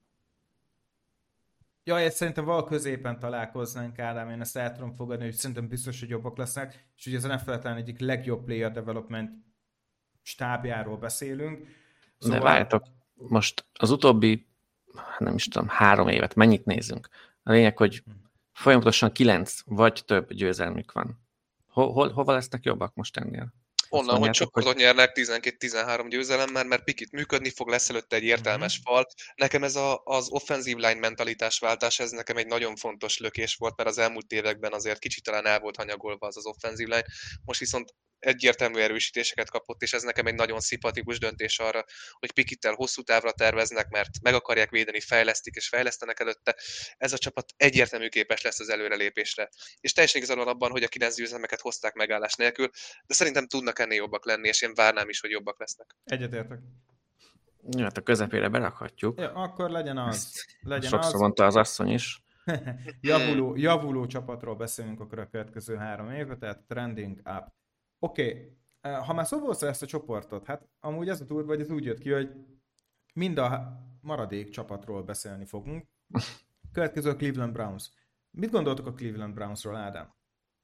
Jaj, ezt szerintem val középen találkoznánk, Ádám, én ezt el tudom fogadni, hogy szerintem biztos, hogy jobbak lesznek, és ugye az en ef el talán egyik legjobb player development stábjáról beszélünk. Szóval... De várjátok, most az utóbbi, nem is tudom, három évet, mennyit nézzünk? A lényeg, hogy folyamatosan kilenc vagy több győzelmük van. Hol, hol, hova lesznek jobbak most ennél? Onnan, hogy csoportot hogy... nyernek tizenkét-tizenhárom győzelemmel, mert Pickett működni fog, lesz előtte egy értelmes uh-huh. fal. Nekem ez a, az offensive line mentalitásváltás, ez nekem egy nagyon fontos lökés volt, mert az elmúlt években azért kicsit talán el volt hanyagolva az az offensive line. Most viszont egyértelmű erősítéseket kapott, és ez nekem egy nagyon szimpatikus döntés arra, hogy Pickettel hosszú távra terveznek, mert meg akarják védeni, fejlesztik és fejlesztenek előtte. Ez a csapat egyértelmű képes lesz az előrelépésre. És teljesen igazad van abban, hogy a kilenc győzelmeket hozták megállás nélkül, de szerintem tudnak ennél jobbak lenni, és én várnám is, hogy jobbak lesznek. Egyetértek. Ja, hát a közepére berakhatjuk. Ja, akkor legyen az. Legyen sokszor az. mondta az asszony is. javuló, javuló csapatról beszélünk akkor a következő három évben, tehát trending up. Oké, okay. Ha már szóval ezt a csoportot, hát amúgy ez a túr, vagy ez úgy jött ki, hogy mind a maradék csapatról beszélni fogunk. Következő a Cleveland Browns. Mit gondoltok a Cleveland Brownsról, Ádám?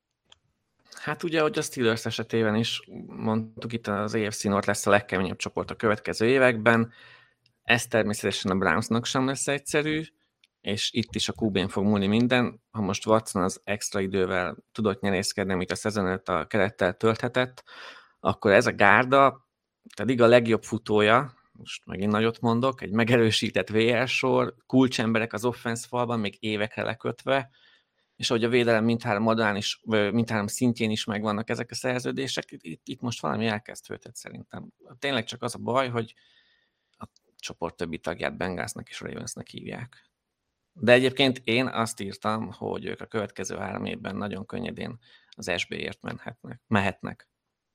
Hát ugye, hogy a Steelers esetében is mondtuk, itt az á ef cé North lesz a legkeményebb csoport a következő években. Ez természetesen a Brownsnak sem lesz egyszerű, és itt is a kú bén fog múlni minden. Ha most Watson az extra idővel tudott nyerészkedni, amit a szezon előtt a kerettel tölthetett, akkor ez a gárda, tehát a legjobb futója, most megint nagyot mondok, egy megerősített vé el sor, kulcsemberek az offense falban, még évekre lekötve, és ahogy a védelem mindhárom oldalán is, mindhárom szintjén is megvannak ezek a szerződések, itt, itt most valami elkezdődhet szerintem. Tényleg csak az a baj, hogy a csoport többi tagját Bengalsnak és Ravensnek hívják. De egyébként én azt írtam, hogy ők a következő három évben nagyon könnyedén az es bé-ért menhetnek, mehetnek.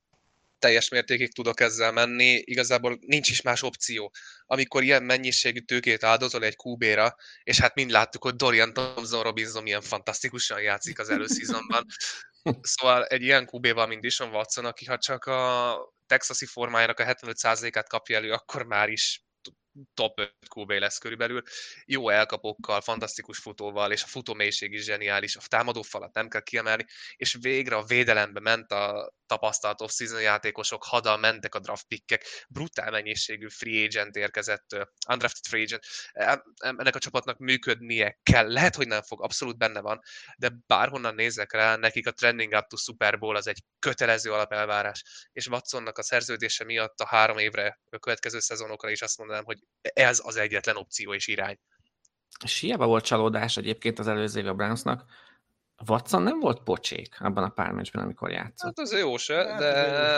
Teljes mértékig tudok ezzel menni, igazából nincs is más opció. Amikor ilyen mennyiségű tőkét áldozol egy kú bé-ra, és hát mind láttuk, hogy Dorian Thompson-Robinson milyen fantasztikusan játszik az előszezonban. Szóval egy ilyen kú bé-val, mint Deshaun Watson, aki ha csak a texasi formájának a hetvenöt százalékát kapja elő, akkor már is top öt kú bé lesz körülbelül. Jó elkapókkal, fantasztikus futóval, és a futómélység is zseniális, a támadófalat nem kell kiemelni, és végre a védelembe ment a tapasztalt off-season játékosok, haddal mentek a draft pickek, brutál mennyiségű free agent érkezett, undrafted free agent, ennek a csapatnak működnie kell, lehet, hogy nem fog, abszolút benne van, de bárhonnan nézek rá, nekik a trending up to Super Bowl az egy kötelező alapelvárás, és Watsonnak a szerződése miatt a három évre, a következő szezonokra is azt mondanám, hogy ez az egyetlen opció és irány. És hiába volt csalódás egyébként az előző év a Brownsnak, Watson nem volt pocsék abban a pár meccsben, amikor játszott. Hát az jó se, de...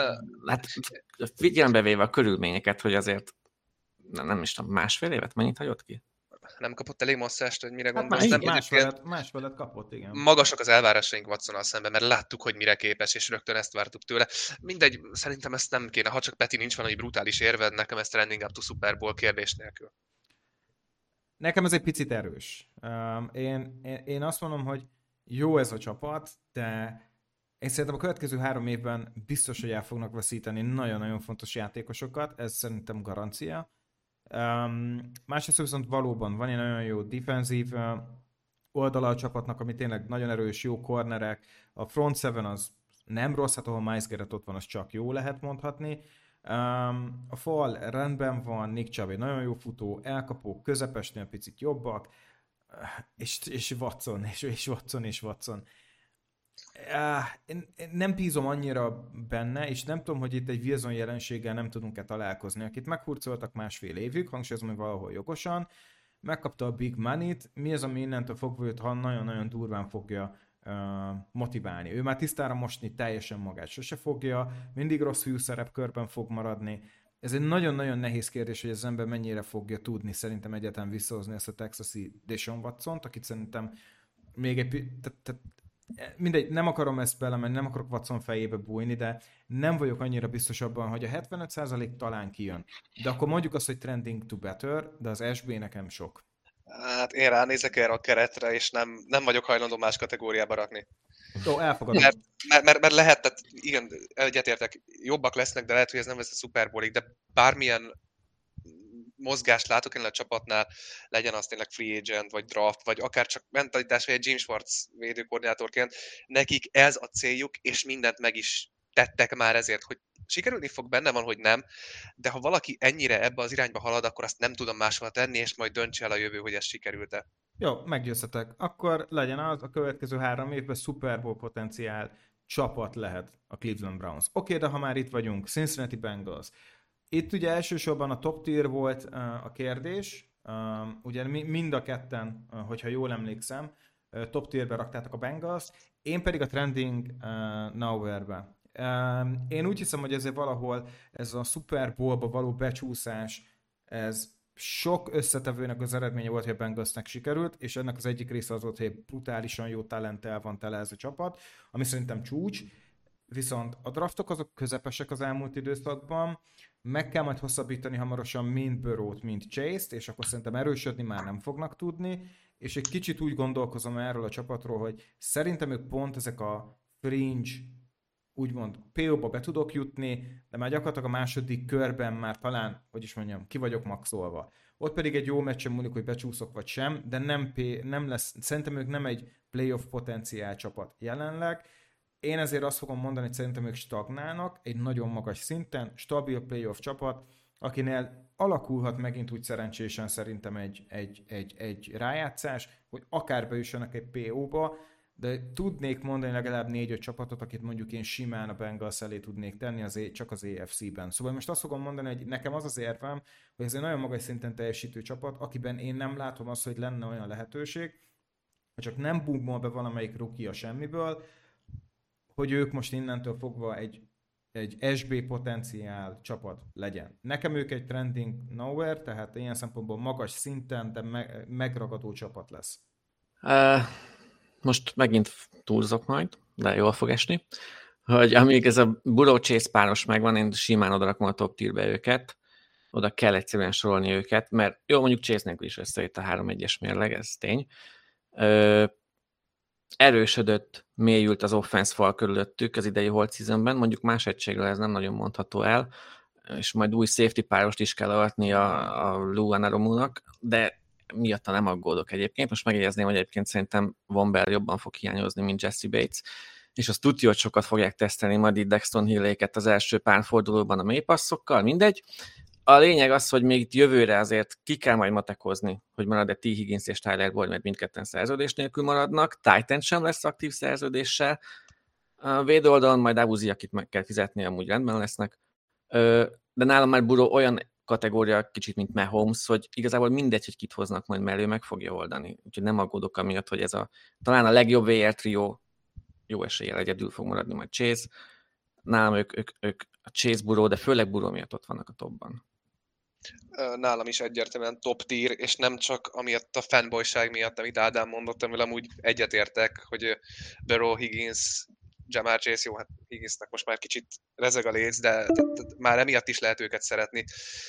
Hát figyelembe véve a körülményeket, hogy azért nem, nem is tudom, másfél évet mennyit hagyott ki? Nem kapott elég masszást, hogy mire hát gondolsz. Más, nem, másfelet, másfelet kapott, igen. Magasak az elvárásaink Watsonnal szemben, mert láttuk, hogy mire képes, és rögtön ezt vártuk tőle. Mindegy, szerintem ezt nem kéne, ha csak Peti nincs valami brutális érved, nekem ezt trending up to Super Bowl kérdés nélkül. Nekem ez egy picit erős. Én, én, én azt mondom, hogy jó ez a csapat, de én szerintem a következő három évben biztos, hogy el fognak veszíteni nagyon-nagyon fontos játékosokat, ez szerintem garancia. Um, másrészt viszont valóban van egy nagyon jó defenzív uh, oldala a csapatnak, ami tényleg nagyon erős, jó cornerek. A front seven az nem rossz, hát ahol Myles Garrett ott van, az csak jó lehet mondhatni. Um, a fal rendben van, Nick Chubb egy nagyon jó futó, elkapók közepesnél picit jobbak, és, és Watson, és, és Watson, és Watson. Uh, én, én nem bízom annyira benne, és nem tudom, hogy itt egy Wilson jelenséggel nem tudunk-e találkozni, akit meghurcoltak másfél évig, hangsúlyozom, hogy valahol jogosan, megkapta a big money-t, mi az, ami innentől fogva őt nagyon-nagyon durván fogja uh, motiválni. Ő már tisztára mosni teljesen magát sose fogja, mindig rossz fiú szerepkörben fog maradni. Ez egy nagyon-nagyon nehéz kérdés, hogy az ember mennyire fogja tudni szerintem egyáltalán visszahozni ezt a texasi Deshaun Watsont, akit szerintem még egy... Te, te, mindegy, nem akarom ezt belemenni, nem akarok Watson fejébe bújni, de nem vagyok annyira biztos abban, hogy a hetvenöt százalék talán kijön. De akkor mondjuk azt, hogy trending to better, de az es bé nekem sok. Hát én ránézek erre a keretre, és nem, nem vagyok hajlandó más kategóriába rakni. Ó, elfogadom. Mert, mert, mert, mert lehet, tehát igen, egyetértek, jobbak lesznek, de lehet, hogy ez nem lesz a Super Bowl-ig, de bármilyen mozgást látok én a csapatnál, legyen az tényleg free agent, vagy draft, vagy akár csak mentalitás, vagy egy James Schwartz védőkoordinátorként, nekik ez a céljuk, és mindent meg is tettek már ezért, hogy sikerülni fog, benne van, hogy nem, de ha valaki ennyire ebbe az irányba halad, akkor azt nem tudom máshol tenni, és majd döntse el a jövő, hogy ez sikerült-e. Jó, meggyőztetek. Akkor legyen az, a következő három évben Super Bowl potenciál csapat lehet a Cleveland Browns. Oké, okay, de ha már itt vagyunk, Cincinnati Bengals. Itt ugye elsősorban a top tier volt uh, a kérdés, uh, ugye mind a ketten, uh, hogyha jól emlékszem, uh, top tierbe raktátok a Bengals, én pedig a trending uh, nowhere-be. Uh, én úgy hiszem, hogy ezért valahol ez a Super Bowl-ba való becsúszás, ez sok összetevőnek az eredménye volt, hogy a Bengalsnek sikerült, és ennek az egyik része az volt, hogy brutálisan jó talenttel van tele ez a csapat, ami szerintem csúcs, viszont a draftok azok közepesek az elmúlt időszakban, meg kell majd hosszabbítani hamarosan mind Burrow-t, mind Chase-t, és akkor szerintem erősödni már nem fognak tudni, és egy kicsit úgy gondolkozom erről a csapatról, hogy szerintem ők pont ezek a fringe úgymond pé ó-ba be tudok jutni, de már gyakorlatilag a második körben már talán, hogy is mondjam, ki vagyok maxolva. Ott pedig egy jó meccsen múlik, hogy becsúszok vagy sem, de nem, P- nem lesz, szerintem ők nem egy playoff potenciál csapat jelenleg. Én ezért azt fogom mondani, hogy szerintem ők stagnálnak egy nagyon magas szinten, stabil playoff csapat, akinél alakulhat megint úgy szerencsésen szerintem egy, egy, egy, egy rájátszás, hogy akár bejussanak egy pé ó-ba, de tudnék mondani legalább négy-öt csapatot, akit mondjuk én simán a Bengals elé tudnék tenni az, csak az á ef cé-ben. Szóval most azt fogom mondani, hogy nekem az az érvem, hogy ez egy nagyon magas szinten teljesítő csapat, akiben én nem látom azt, hogy lenne olyan lehetőség, ha csak nem bugmol be valamelyik rookie a semmiből, hogy ők most innentől fogva egy, egy es bé potenciál csapat legyen. Nekem ők egy trending nowhere, tehát ilyen szempontból magas szinten, de me- megragadó csapat lesz. Uh, most megint túlzok majd, de jól fog esni, hogy amíg ez a Burrow Chase páros megvan, én simán odarakom a top tierbe őket, oda kell egyszerűen sorolni őket, mert jó, mondjuk Chase nélkül is összejött a három egyes mérleg, ez tény. Uh, erősödött, mélyült az offense fal körülöttük az idei holt seasonben, mondjuk más egységről ez nem nagyon mondható el, és majd új safety párost is kell avatni a, a Lou Anarumo-nak, de miatta nem aggódok egyébként. Most megjegyezném, hogy egyébként szerintem Von Bell jobban fog hiányozni, mint Jesse Bates, és azt tudja, hogy sokat fogják tesztelni majd itt Daxton Hill-éket az első pár fordulóban a mélypasszokkal, mindegy. A lényeg az, hogy még itt jövőre azért ki kell majd matekozni, hogy marad-e T. Higgins és Tyler Boyd, mert mindketten szerződés nélkül maradnak. Titan sem lesz aktív szerződéssel. A védőoldalon majd Abuzi, akit meg kell fizetni, amúgy rendben lesznek. De nálam már Burrow olyan kategória kicsit, mint Mahomes, hogy igazából mindegy, hogy kit hoznak majd mellé, meg fogja oldani. Úgyhogy nem aggódok amiatt, hogy ez a talán a legjobb vé er trió jó eséllyel egyedül fog maradni majd Chase. Nálam ők, ők, ők a Chase, Burrow, de főleg Burrow miatt ott vannak a topban. Nálam is egyértelműen top tier, és nem csak amiatt a fanboyság miatt, amit Ádám mondott, amivel amúgy egyetértek, hogy Burrow, Higgins, Jamar Chase, jó, hát Higginsnek most már kicsit rezeg a léc, de, de, de már emiatt is lehet őket szeretni.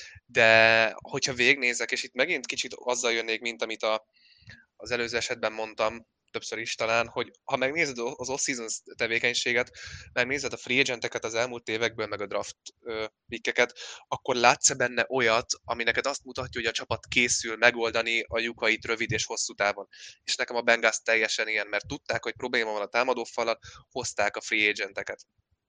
De hogyha végignézek, és itt megint kicsit azzal jönnék, mint amit a, az előző esetben mondtam, többször is talán, hogy ha megnézed az off-season tevékenységet, megnézed a free agenteket az elmúlt évekből, meg a draft pickeket, akkor látsz benne olyat, ami neked azt mutatja, hogy a csapat készül megoldani a lyukait rövid és hosszú távon. És nekem a Bengals teljesen ilyen, mert tudták, hogy probléma van a támadófalat, hozták a free agenteket.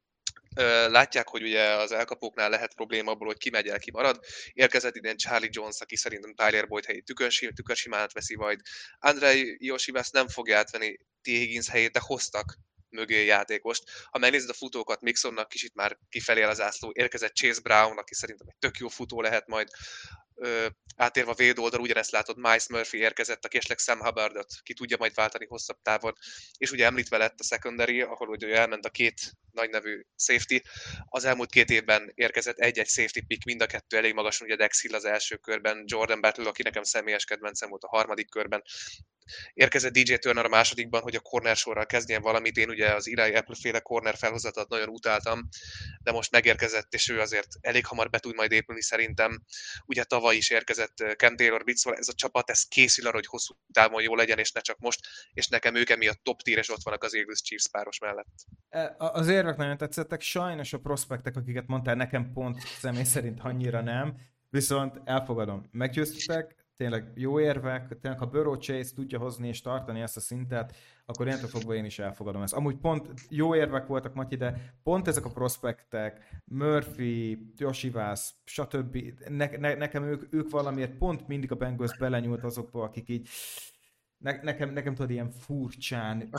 Látják, hogy ugye az elkapóknál lehet probléma abból, hogy ki megy el, ki marad. Érkezett idén Charlie Jones, aki szerintem Tyler Boyd helyét tükörsimán veszi majd. Andrei Iosivas nem fogja átvenni T. Higgins helyét, de hoztak mögé játékost. Ha megnézed a futókat, Mixonnak kicsit már kifelé el az ászló, érkezett Chase Brown, aki szerintem egy tök jó futó lehet majd. Ö, átérve a védóldal, ugyanezt látod, Miles Murphy érkezett, aki esetleg Sam Hubbardot ki tudja majd váltani hosszabb távon, és ugye említve lett a secondary, ahol ugye elment a két nagy nevű safety. Az elmúlt két évben érkezett egy-egy safety pick, mind a kettő elég magasan, ugye Dex Hill az első körben, Jordan Battle, aki nekem személyes kedvencem volt a harmadik körben. Érkezett dé jé Turner a másodikban, hogy a corner sorral kezdjen valamit. Én ugye az Eli Apple-féle corner felhozatot nagyon utáltam, de most megérkezett, és ő azért elég hamar be tud majd épülni szerintem. Ugye tavaly is érkezett Cam Taylor-Britt, szóval ez a csapat ez készül arra, hogy hosszú távon jó legyen, és ne csak most, és nekem ők emiatt top tier, és ott vannak az Eagles Chiefs páros mellett. Az érvek nagyon tetszettek, sajnos a prospektek, akiket mondtál, nekem pont személy szerint annyira nem, viszont elfogadom, meggyőztetek, tényleg jó érvek, tényleg ha Burrow Chase tudja hozni és tartani ezt a szintet, akkor innentől fogva én is elfogadom ezt. Amúgy pont jó érvek voltak, Matyi, de pont ezek a prospektek, Murphy, Iosivas, stb. Ne, ne, nekem ők, ők valamiért pont mindig a Bengals belenyúlt azokba, akik így ne, nekem, nekem tudod ilyen furcsán.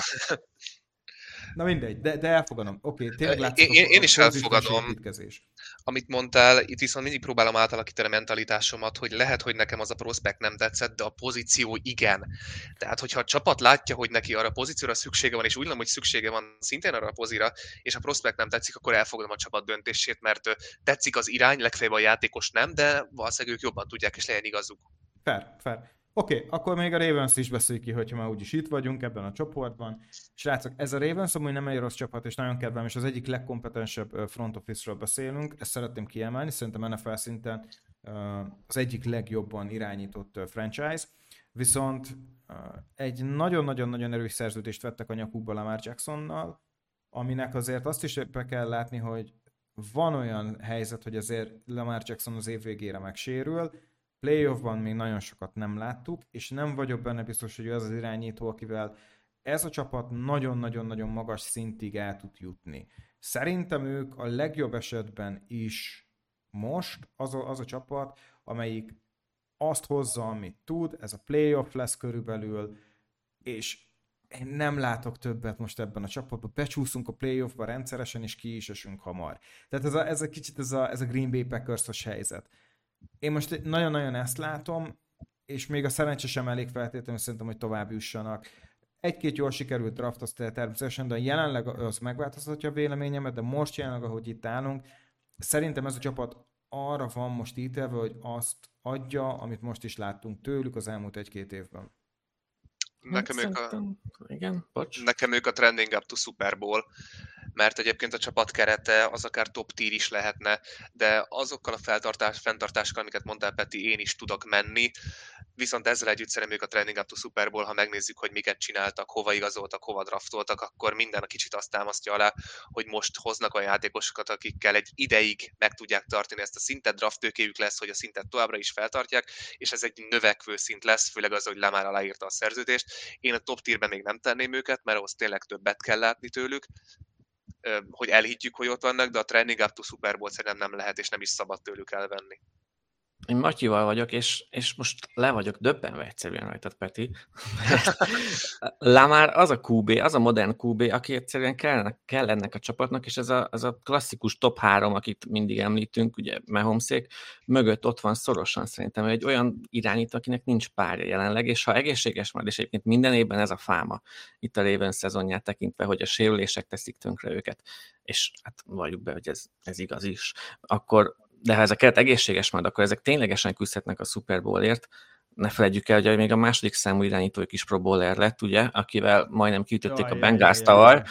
Na mindegy, de, de elfogadom. Oké, okay, tényleg látszik én, a, én is a elfogadom, amit mondtál, itt viszont mindig próbálom átalakítani a mentalitásomat, hogy lehet, hogy nekem az a prospekt nem tetszett, de a pozíció igen. Tehát, hogyha a csapat látja, hogy neki arra a pozícióra szüksége van, és úgy nem, hogy szüksége van szintén arra a pozíra, és a prospekt nem tetszik, akkor elfogadom a csapat döntését, mert tetszik az irány, legfeljebb a játékos nem, de valószínűleg ők jobban tudják, és legyen igazuk. Fair, fair. Oké, okay, akkor még a Ravens is beszéljük ki, hogyha már úgyis itt vagyunk ebben a csoportban. Srácok, ez a Ravens amúgy nem egy rossz csapat, és nagyon kedvelem, és az egyik legkompetensebb front office-ról beszélünk. Ezt szeretném kiemelni, szerintem en ef el szinten az egyik legjobban irányított franchise. Viszont egy nagyon-nagyon-nagyon erős szerződést vettek a nyakukba Lamar Jacksonnal, aminek azért azt is be kell látni, hogy van olyan helyzet, hogy azért Lamar Jackson az év végére megsérül, playoffban még nagyon sokat nem láttuk, és nem vagyok benne biztos, hogy az az irányító, akivel ez a csapat nagyon-nagyon-nagyon magas szintig el tud jutni. Szerintem ők a legjobb esetben is most az a, az a csapat, amelyik azt hozza, amit tud, ez a playoff lesz körülbelül, és én nem látok többet most ebben a csapatban. Becsúszunk a playoffba rendszeresen, és ki is esünk hamar. Tehát ez a, ez a kicsit ez a, ez a Green Bay Packers-os helyzet. Én most nagyon-nagyon ezt látom, és még a szerencse sem elég feltétlenül szerintem, hogy tovább jussanak. Egy-két jól sikerült draft, azt természetesen, de jelenleg az megváltoztatja a véleményemet, de most jelenleg, ahogy itt állunk, szerintem ez a csapat arra van most ítélve, hogy azt adja, amit most is láttunk tőlük az elmúlt egy-két évben. Nekem, Hát ők a, szerintem... Igen, bocs. nekem ők a trending up to Super Bowl, mert egyébként a csapat kerete az akár top tier is lehetne, de azokkal a feltartás, fenntartásokkal, amiket mondtál, Peti, én is tudok menni, viszont ezzel együtt szerintem ők a trending up to Super Bowl, ha megnézzük, hogy miket csináltak, hova igazoltak, hova draftoltak, akkor minden a kicsit azt támasztja alá, hogy most hoznak a játékosokat, akikkel egy ideig meg tudják tartani ezt a szintet, draft tőkéjük lesz, hogy a szintet továbbra is feltartják, és ez egy növekvő szint lesz, főleg az, hogy Lamar aláírta a szerződést. Én a top tierben még nem tenném őket, mert ahhoz tényleg többet kell látni tőlük, hogy elhiggyük, hogy ott vannak, de a training up to Super Bowl szerintem nem lehet, és nem is szabad tőlük elvenni. Én Matyival vagyok, és, és most le vagyok döbbenve egyszerűen rajtad, Peti. Lamar az a kú bé, az a modern kú bé, aki egyszerűen kell, kell ennek a csapatnak, és ez a, ez a klasszikus top három, akit mindig említünk, ugye Mahomesék, mögött ott van szorosan szerintem, egy olyan irányító, akinek nincs párja jelenleg, és ha egészséges marad, és egyébként minden évben ez a fáma, itt a Ravens szezonját tekintve, hogy a sérülések teszik tönkre őket, és hát valljuk be, hogy ez, ez igaz is, akkor de ha ez a keret egészséges már, akkor ezek ténylegesen küzdhetnek a Super Bowlért. Ne felejtjük el, hogy még a második számú irányítójuk is Pro Bowler lett, ugye, akivel majdnem kiütötték jaj, a Bengals tavaly.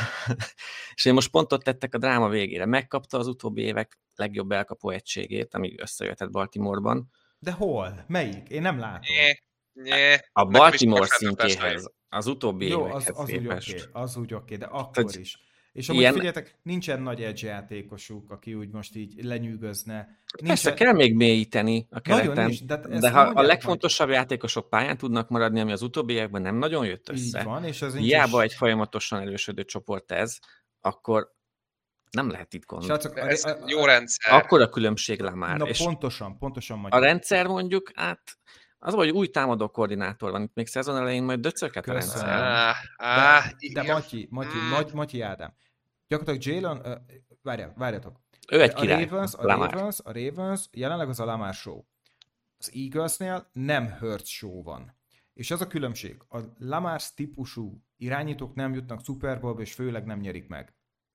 És én most pontot tettek a dráma végére. Megkapta az utóbbi évek legjobb elkapó egységét, amíg összejöhetett Baltimoreban. De hol? Melyik? Én nem látom. Nyé, nyé. A Baltimore szintjéhez, az utóbbi jó, évekhez az, az képest. Úgy okay, az úgy oké, okay, de akkor Tehát, is. És amúgy ilyen... figyeljetek, nincsen nagy edge játékosuk, aki úgy most így lenyűgözne. Nincsen... Persze kell még mélyíteni a kereten, is, de, de ha a legfontosabb majd... játékosok pályán tudnak maradni, ami az utóbbi években nem nagyon jött össze, így van, és az hiába is... egy folyamatosan erősödő csoport ez, akkor nem lehet itt gond. Srácok, ez a, a, jó rendszer. Akkor a különbség Lamar. Na és pontosan, pontosan. Magyar. A rendszer mondjuk, hát az, hogy új támadó koordinátor van, itt még szezon elején majd döcöket a rendszer. Ah, ah, de de Matyi, Matyi, mm. Matyi Ádám. Gyakorlatilag Jalen, uh, várjál, várjátok. Ő egy a király. Ravens, a Ravens, a Ravens, jelenleg az a Lamar show. Az Eaglesnél nem Hurts show van. És az a különbség, a Lamar típusú irányítók nem jutnak Super Bowlba, és főleg nem nyerik meg.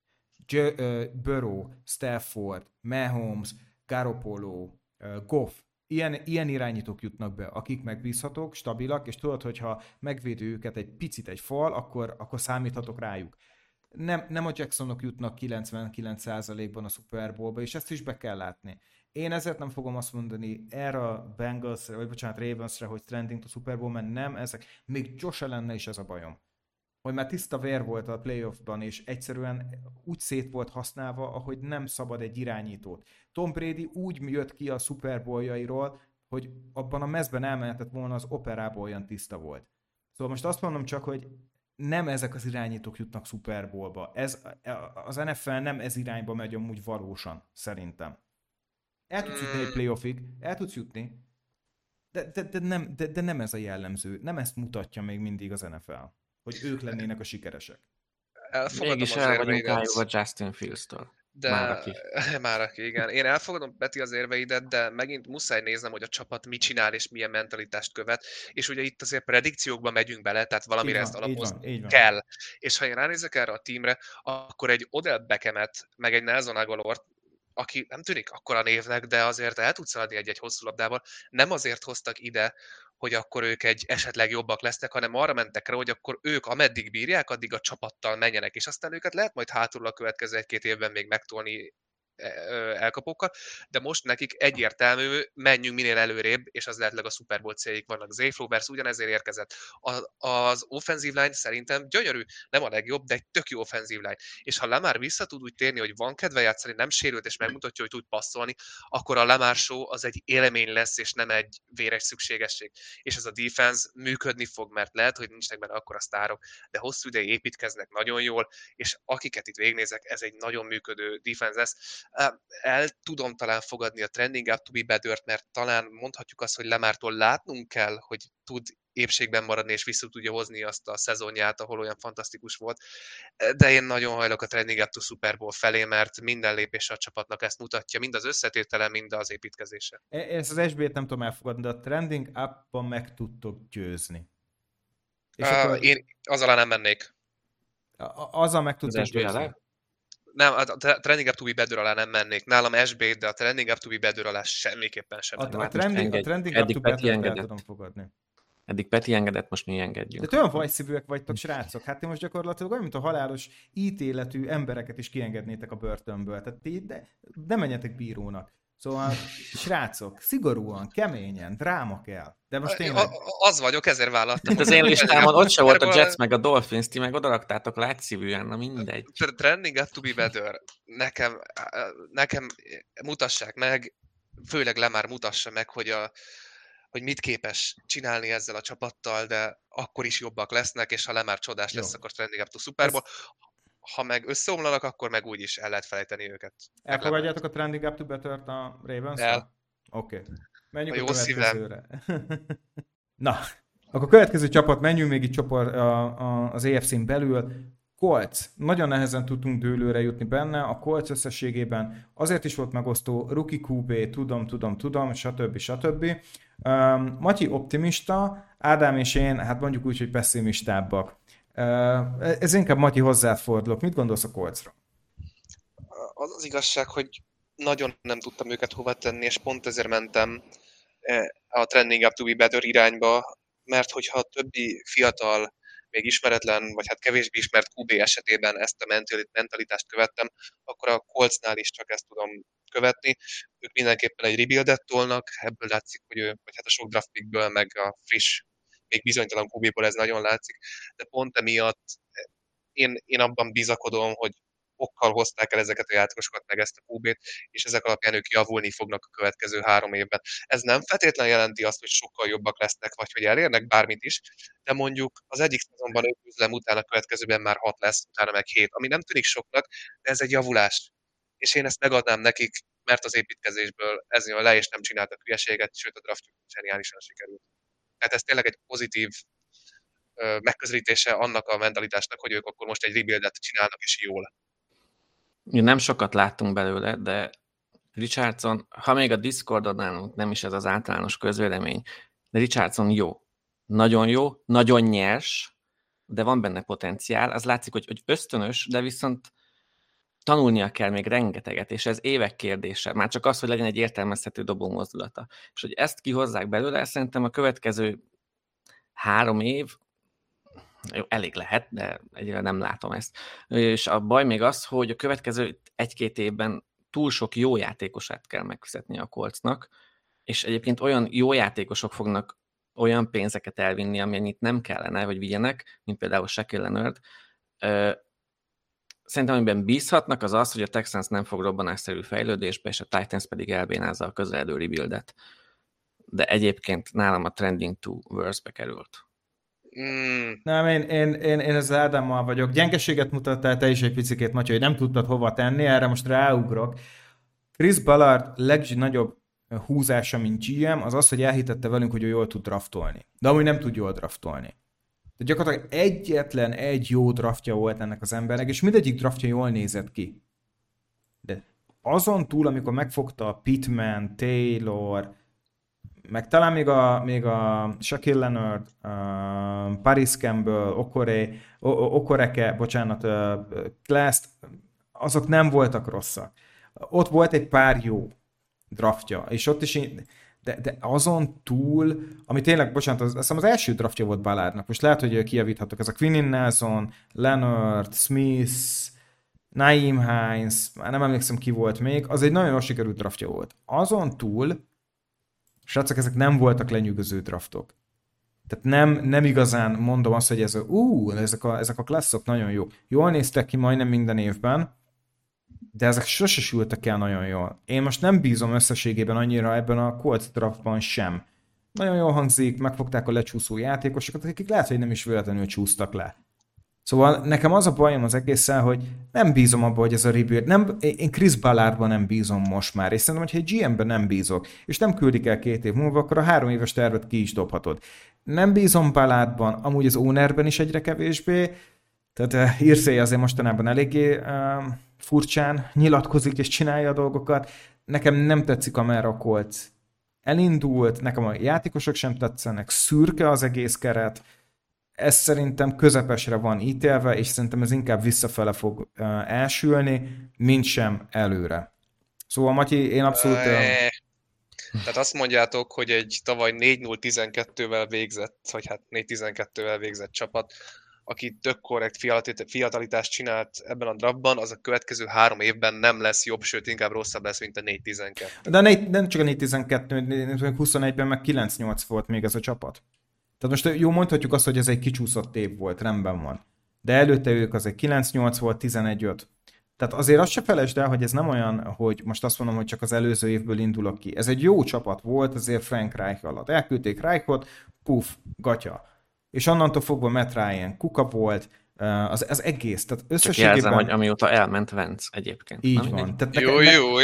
J- uh, Burrow, Stafford, Mahomes, Garoppolo, uh, Goff, Ilyen, ilyen irányítók jutnak be, akik megbízhatók, stabilak, és tudod, hogyha megvédő őket egy picit egy fal, akkor, akkor számíthatok rájuk. Nem, nem a Jacksonok jutnak kilencvenkilenc százalékban a Super Bowlba, és ezt is be kell látni. Én ezért nem fogom azt mondani erre a Bengalsre, vagy bocsánat, Ravensre, hogy trending a Super Bowl, mert nem ezek. Még Josh Allenne is ez a bajom. Hogy már tiszta vér volt a playoffban, és egyszerűen úgy szét volt használva, ahogy nem szabad egy irányítót. Tom Brady úgy jött ki a Super Bowl-jairól, hogy abban a mezben elmehetett volna, az operából olyan tiszta volt. Szóval most azt mondom csak, hogy nem ezek az irányítók jutnak Super Bowl-ba. Ez, az en ef el nem ez irányba megy amúgy valósan, szerintem. El tudsz jutni egy playoffig, el tudsz jutni, de, de, de, nem, de, de nem ez a jellemző. Nem ezt mutatja még mindig az en ef el, hogy ők lennének a sikeresek. Elfogadom mégis az el vagyunk érveidet. állva Justin Fields-től. De... Már aki. Már aki, igen. Én elfogadom, Peti, az érveidet, de megint muszáj néznem, hogy a csapat mit csinál és milyen mentalitást követ. És ugye itt azért predikciókba megyünk bele, tehát valamire van, ezt alapozni így van, így van. kell. És ha én ránézek erre a tímre, akkor egy Odell Beckhamet, meg egy Nelson Aguilart, aki nem tűnik akkora névnek, de azért el tudsz szaladni egy-egy hosszú labdával, nem azért hoztak ide, hogy akkor ők egy esetleg jobbak lesznek, hanem arra mentek rá, hogy akkor ők ameddig bírják, addig a csapattal menjenek, és aztán őket lehet majd hátulról a következő egy-két évben még megtolni elkapókkal, de most nekik egyértelmű, menjünk minél előrébb, és az lehetleg a Super Bowl céljék vannak. Zay Flowers ugyanezért érkezett. A, az offensive line szerintem gyönyörű, nem a legjobb, de egy tök jó offensive line. És ha Lamar vissza tud úgy térni, hogy van kedve játszani, nem sérült, és megmutatja, hogy tud passzolni, akkor a Lamar show az egy élmény lesz, és nem egy véres szükségesség. És ez a defense működni fog, mert lehet, hogy nincsenek benne akkora sztárok, de hosszú ideig építkeznek nagyon jól, és akiket itt végnézek, ez egy nagyon működő defense lesz. El tudom talán fogadni a trending up to be better, mert talán mondhatjuk azt, hogy Lamartól látnunk kell, hogy tud épségben maradni, és vissza tudja hozni azt a szezonját, ahol olyan fantasztikus volt. De én nagyon hajlok a trending up to Super Bowl felé, mert minden lépés a csapatnak ezt mutatja, mind az összetétele, mind az építkezése. Ezt az es bé-t nem tudom elfogadni, de a trending up-ban meg tudtok győzni. És uh, akkor... Én azzal nem mennék. A- azzal meg tudtok győzni. Nem, a trending up to be better alá nem mennék. Nálam es bé, de a trending up to be better alá semmiképpen sem. A, a, trending, a trending up to be better el tudom fogadni. Eddig Peti engedett, most mi engedjünk. De olyan vajszívűek vagytok, srácok. Hát ti most gyakorlatilag olyan, mint a halálos ítéletű embereket is kiengednétek a börtönből. Tehát ti de, de menjetek bírónak. Szóval, srácok, szigorúan, keményen, dráma kell. De most tényleg... Az vagyok, ezért vállaltam. Hát az én listámon ott se volt a Jets meg a Dolphins, ti meg odaraktátok látszívűen, na mindegy. Trending up to be better. Nekem, nekem mutassák meg, főleg Lamar mutassa meg, hogy, a, hogy mit képes csinálni ezzel a csapattal, de akkor is jobbak lesznek, és ha Lamar csodás lesz, Jó. akkor trending up to Super Bowl. Ha meg összeomlanak, akkor meg úgyis el lehet felejteni őket. Elfogadjátok a trending up to better-t a Ravens-t? El. Oké. Okay. Menjünk a, a következőre. Na, akkor a következő csapat, menjünk még itt csoport a, a, az á ef cén belül. Colts. Nagyon nehezen tudtunk dőlőre jutni benne. A Colts összességében azért is volt megosztó. Rookie kú bé, tudom, tudom, tudom, stb. stb. Um, Matyi optimista, Ádám és én, hát mondjuk úgy, hogy pessimistábbak. Uh, ez inkább Matyi hozzád fordulok. Mit gondolsz a Coltsra? Az az igazság, hogy nagyon nem tudtam őket hova tenni, és pont ezért mentem a trending up to be better irányba, mert hogyha a többi fiatal, még ismeretlen, vagy hát kevésbé ismert kú bé esetében ezt a mentalitást követtem, akkor a Coltsnál is csak ezt tudom követni. Ők mindenképpen egy rebuildet tolnak, ebből látszik, hogy ő, vagy hát a sok draft pickből, meg a friss, még bizonytalan kú béból ez nagyon látszik, de pont emiatt én, én abban bizakodom, hogy okkal hozták el ezeket a játékosokat, meg ezt a kú bét, és ezek alapján ők javulni fognak a következő három évben. Ez nem feltétlenül jelenti azt, hogy sokkal jobbak lesznek, vagy hogy elérnek bármit is, de mondjuk az egyik szezonban öt üzlem után a következőben már hat lesz, utána meg hét, ami nem tűnik soknak, de ez egy javulás. És én ezt megadnám nekik, mert az építkezésből ez jön le, és nem csináltak hülyeséget, sőt a draftjuk zseniálisan sikerült. Tehát ez tényleg egy pozitív ö, megközelítése annak a mentalitásnak, hogy ők akkor most egy rebuildet csinálnak, és jól. Nem sokat láttunk belőle, de Richardson, ha még a Discordon nálunk nem is ez az általános közvélemény, de Richardson jó. Nagyon jó, nagyon nyers, de van benne potenciál. Az látszik, hogy, hogy ösztönös, de viszont tanulnia kell még rengeteget, és ez évek kérdése. Már csak az, hogy legyen egy értelmezhető dobó mozdulata. És hogy ezt kihozzák belőle, szerintem a következő három év jó, elég lehet, de egyre nem látom ezt. És a baj még az, hogy a következő egy-két évben túl sok jó játékosát kell megfizetni a Coltsnak, és egyébként olyan jó játékosok fognak olyan pénzeket elvinni, amennyit nem kellene, hogy vigyenek, mint például Shaquille Leonard. Szerintem, amiben bízhatnak, az az, hogy a Texans nem fog robbanásszerű fejlődésbe, és a Titans pedig elbénázza a közeledő rebuildet. De egyébként nálam a trending to worse-be került. Mm. Nem, én, én, én, én ezzel Ádámmal vagyok. Gyengeséget mutattál te is egy picikét, Matyi, hogy nem tudtad hova tenni, erre most ráugrok. Chris Ballard legnagyobb húzása, mint gé em, az az, hogy elhitette velünk, hogy ő jól tud draftolni. De amúgy nem tud jól draftolni. De gyakorlatilag egyetlen egy jó draftja volt ennek az embernek, és mindegyik draftja jól nézett ki. De azon túl, amikor megfogta a Pittman, Taylor, meg talán még a, még a Shaquille Leonard, uh, Paris Campbell, Okore, Okoreke, bocsánat, uh, Class, azok nem voltak rosszak. Ott volt egy pár jó draftja, és ott is, de, de azon túl, ami tényleg, bocsánat, az, az, az első draftja volt Ballardnak, most lehet, hogy kijavíthatok, ez a Quinnin Nelson, Leonard, Smith, Nyheim Hines, már nem emlékszem ki volt még, az egy nagyon jól sikerült draftja volt. Azon túl, srácok, ezek nem voltak lenyűgöző draftok. Tehát nem, nem igazán mondom azt, hogy ez a, ú, ezek a, ezek a klasszok nagyon jók. Jól néztek ki majdnem minden évben, de ezek sose sültek el nagyon jól. Én most nem bízom összességében annyira ebben a Colts draftban sem. Nagyon jól hangzik, megfogták a lecsúszó játékosokat, akik lehet, hogy nem is véletlenül csúsztak le. Szóval nekem az a bajom az egészen, hogy nem bízom abba, hogy ez a rebuild. Nem, én Chris Ballardban nem bízom most már, és szerintem, hogy egy gé em-ben nem bízok, és nem küldik el két év múlva, akkor a három éves tervet ki is dobhatod. Nem bízom Ballardban, amúgy az ownerben is egyre kevésbé, tehát uh, Irsay azért mostanában eléggé uh, furcsán nyilatkozik és csinálja a dolgokat. Nekem nem tetszik, amerre a Colts elindult, nekem a játékosok sem tetszenek, szürke az egész keret, ez szerintem közepesre van ítélve, és szerintem ez inkább visszafele fog uh, elsülni, mint sem előre. Szóval, Matyi, én abszolút... Uh... Tehát azt mondjátok, hogy egy tavaly négy null tizenkettővel végzett, vagy hát négy tizenkettővel végzett csapat, aki tök korrekt fiatalitást csinált ebben a draftban, az a következő három évben nem lesz jobb, sőt inkább rosszabb lesz, mint a négy tizenkettő. De négy, nem csak a négy tizenkettő, huszonegyben meg kilenc nyolc volt még ez a csapat. Tehát most jó, mondhatjuk azt, hogy ez egy kicsúszott év volt, rendben van. De előtte ők az egy kilenc nyolc volt, tizenegy öt. Tehát azért azt se felejtsd el, hogy ez nem olyan, hogy most azt mondom, hogy csak az előző évből indulok ki. Ez egy jó csapat volt azért Frank Reich alatt. Elküldték Reichot, puff, gatya. És onnantól fogva Matt Ryan kuka volt, az, az egész. Tehát összességében... Csak jelzem, hogy amióta elment Wentz egyébként. Így van. Tehát jó, ne... jó.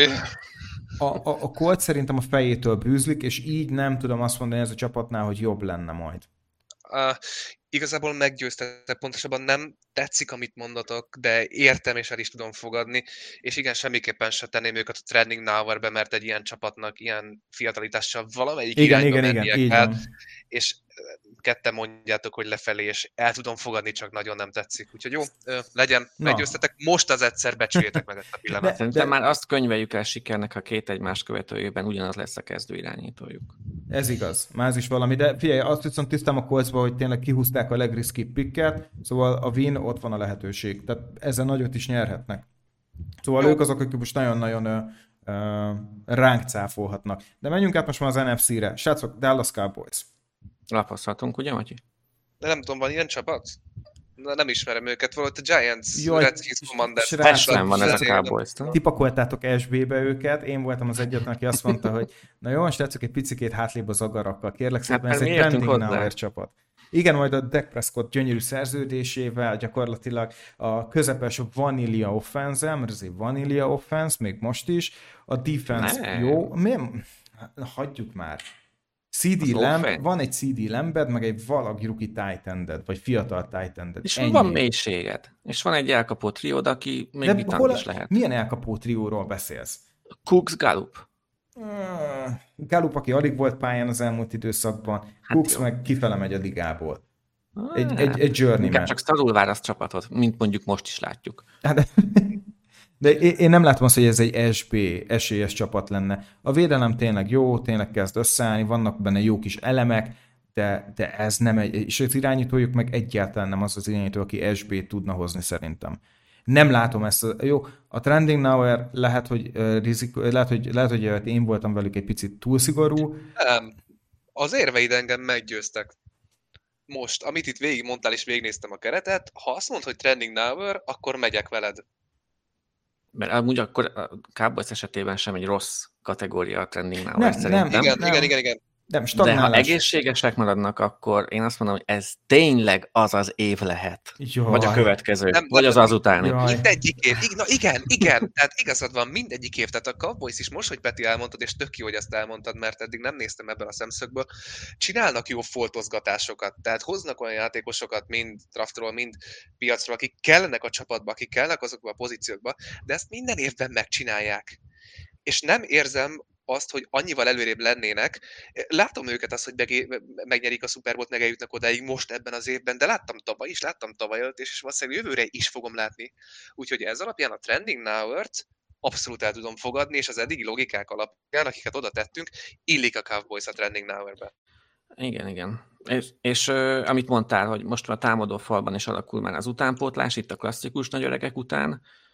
A, a, a Colt szerintem a fejétől bűzlik, és így nem tudom azt mondani ez a csapatnál, hogy jobb lenne majd. Uh, igazából meggyőztetek, pontosabban nem tetszik, amit mondatok, de értem és el is tudom fogadni, és igen, semmiképpen se tenném őket a trending now-be, mert egy ilyen csapatnak ilyen fiatalitással valamelyik igen, irányba igen, mennie igen, kell, igen. És ketten mondjátok, hogy lefelé, és el tudom fogadni, csak nagyon nem tetszik. Úgyhogy jó, legyen, Na. meggyőztetek, most az egyszer becsüljétek meg ezt a pillanatot. Szerintem már azt könyveljük el sikernek, ha két egymás követőjében ugyanaz lesz a kezdő irányítójuk. Ez igaz, már ez is valami, de figyelj, azt viszont tisztám a Coltsba, hogy tényleg kihúzták a legriskibb picket, szóval a win, ott van a lehetőség, tehát ezzel nagyot is nyerhetnek. Szóval jó. Ők azok, akik most nagyon-nagyon uh, uh, ránk cáfolhatnak. De menjünk át most már az en ef cé-re. Srácok, Dallas Cowboys. Lapozhatunk, ugye, Matyi? De nem tudom, van ilyen csapat? Na, nem ismerem őket, volt a Giants, Jaj, Redskins, Commanders. Nem van ez a Cowboys. Tipakoltátok es bé-be őket, én voltam az egyetlen, aki azt mondta, hogy na jó, srácok, egy picikét hátlébb az agarakkal, kérlek szépen, hát, ez egy trending now csapat. Igen, majd a Dak Prescott gyönyörű szerződésével gyakorlatilag a közepes vanília offense, mert ez egy vanília offense, még most is, a defense ne. Jó, miért? Hagyjuk már. cé dé Lamb, van egy cé dé Lambed, meg egy valaki rookie tight ended, vagy fiatal tight ended. És ennyi. Van mélységed. És van egy elkapó triód, aki még vitant is lehet. Milyen elkapó trióról beszélsz? Cooks, Gallup. Uh, Gallup, aki alig volt pályán az elmúlt időszakban. Hát Cooks jó. Meg kifele megy a ligából. Egy, egy, egy journeyman. Inkább csak szarul választ csapatot, mint mondjuk most is látjuk. Hát, de én nem látom azt, hogy ez egy es bé esélyes csapat lenne. A védelem tényleg jó, tényleg kezd összeállni, vannak benne jó kis elemek, de, de ez nem egy, és az irányítójuk meg egyáltalán nem az az irányító, aki es bét tudna hozni szerintem. Nem látom ezt. A, jó, a trending now lehet, hogy, uh, rizik, lehet, hogy, lehet, hogy én voltam velük egy picit túl szigorú. Nem. Az érveid engem meggyőztek. Most, amit itt végigmondtál és végignéztem a keretet, ha azt mondod, hogy trending now, akkor megyek veled. Mert amúgy akkor a Cowboys esetében sem egy rossz kategória a trending now. Nem, nem, igen, nem. igen, igen, igen. Nem, de ha egészségesek maradnak, akkor én azt mondom, hogy ez tényleg az az év lehet. Jaj. Vagy a következő, nem, vagy az az utáni. Jaj. Mindegyik év, na igen, igen, tehát igazad van, mindegyik év, tehát a Cowboys is most, hogy Peti elmondtad, és tök jó, hogy ezt elmondtad, mert eddig nem néztem ebben a szemszögből, csinálnak jó foltozgatásokat, tehát hoznak olyan játékosokat, mind draftról, mind piacról, akik kellenek a csapatba, akik kellenek azokba a pozíciókba, de ezt minden évben megcsinálják. És nem érzem azt, hogy annyival előrébb lennének. Látom őket azt, hogy megé- megnyerik a Super Bowl-t, meg eljutnak odáig most ebben az évben, de láttam tavaly is, láttam tavaly előtt, és valószínűleg jövőre is fogom látni. Úgyhogy ez alapján a trending now-ert abszolút el tudom fogadni, és az eddigi logikák alapján, akiket oda tettünk, illik a Cowboys a trending now-erbe. Igen, igen. És, és uh, amit mondtál, hogy most a támadó falban is alakul már az utánpótlás, itt a klasszikus nagyöregek után,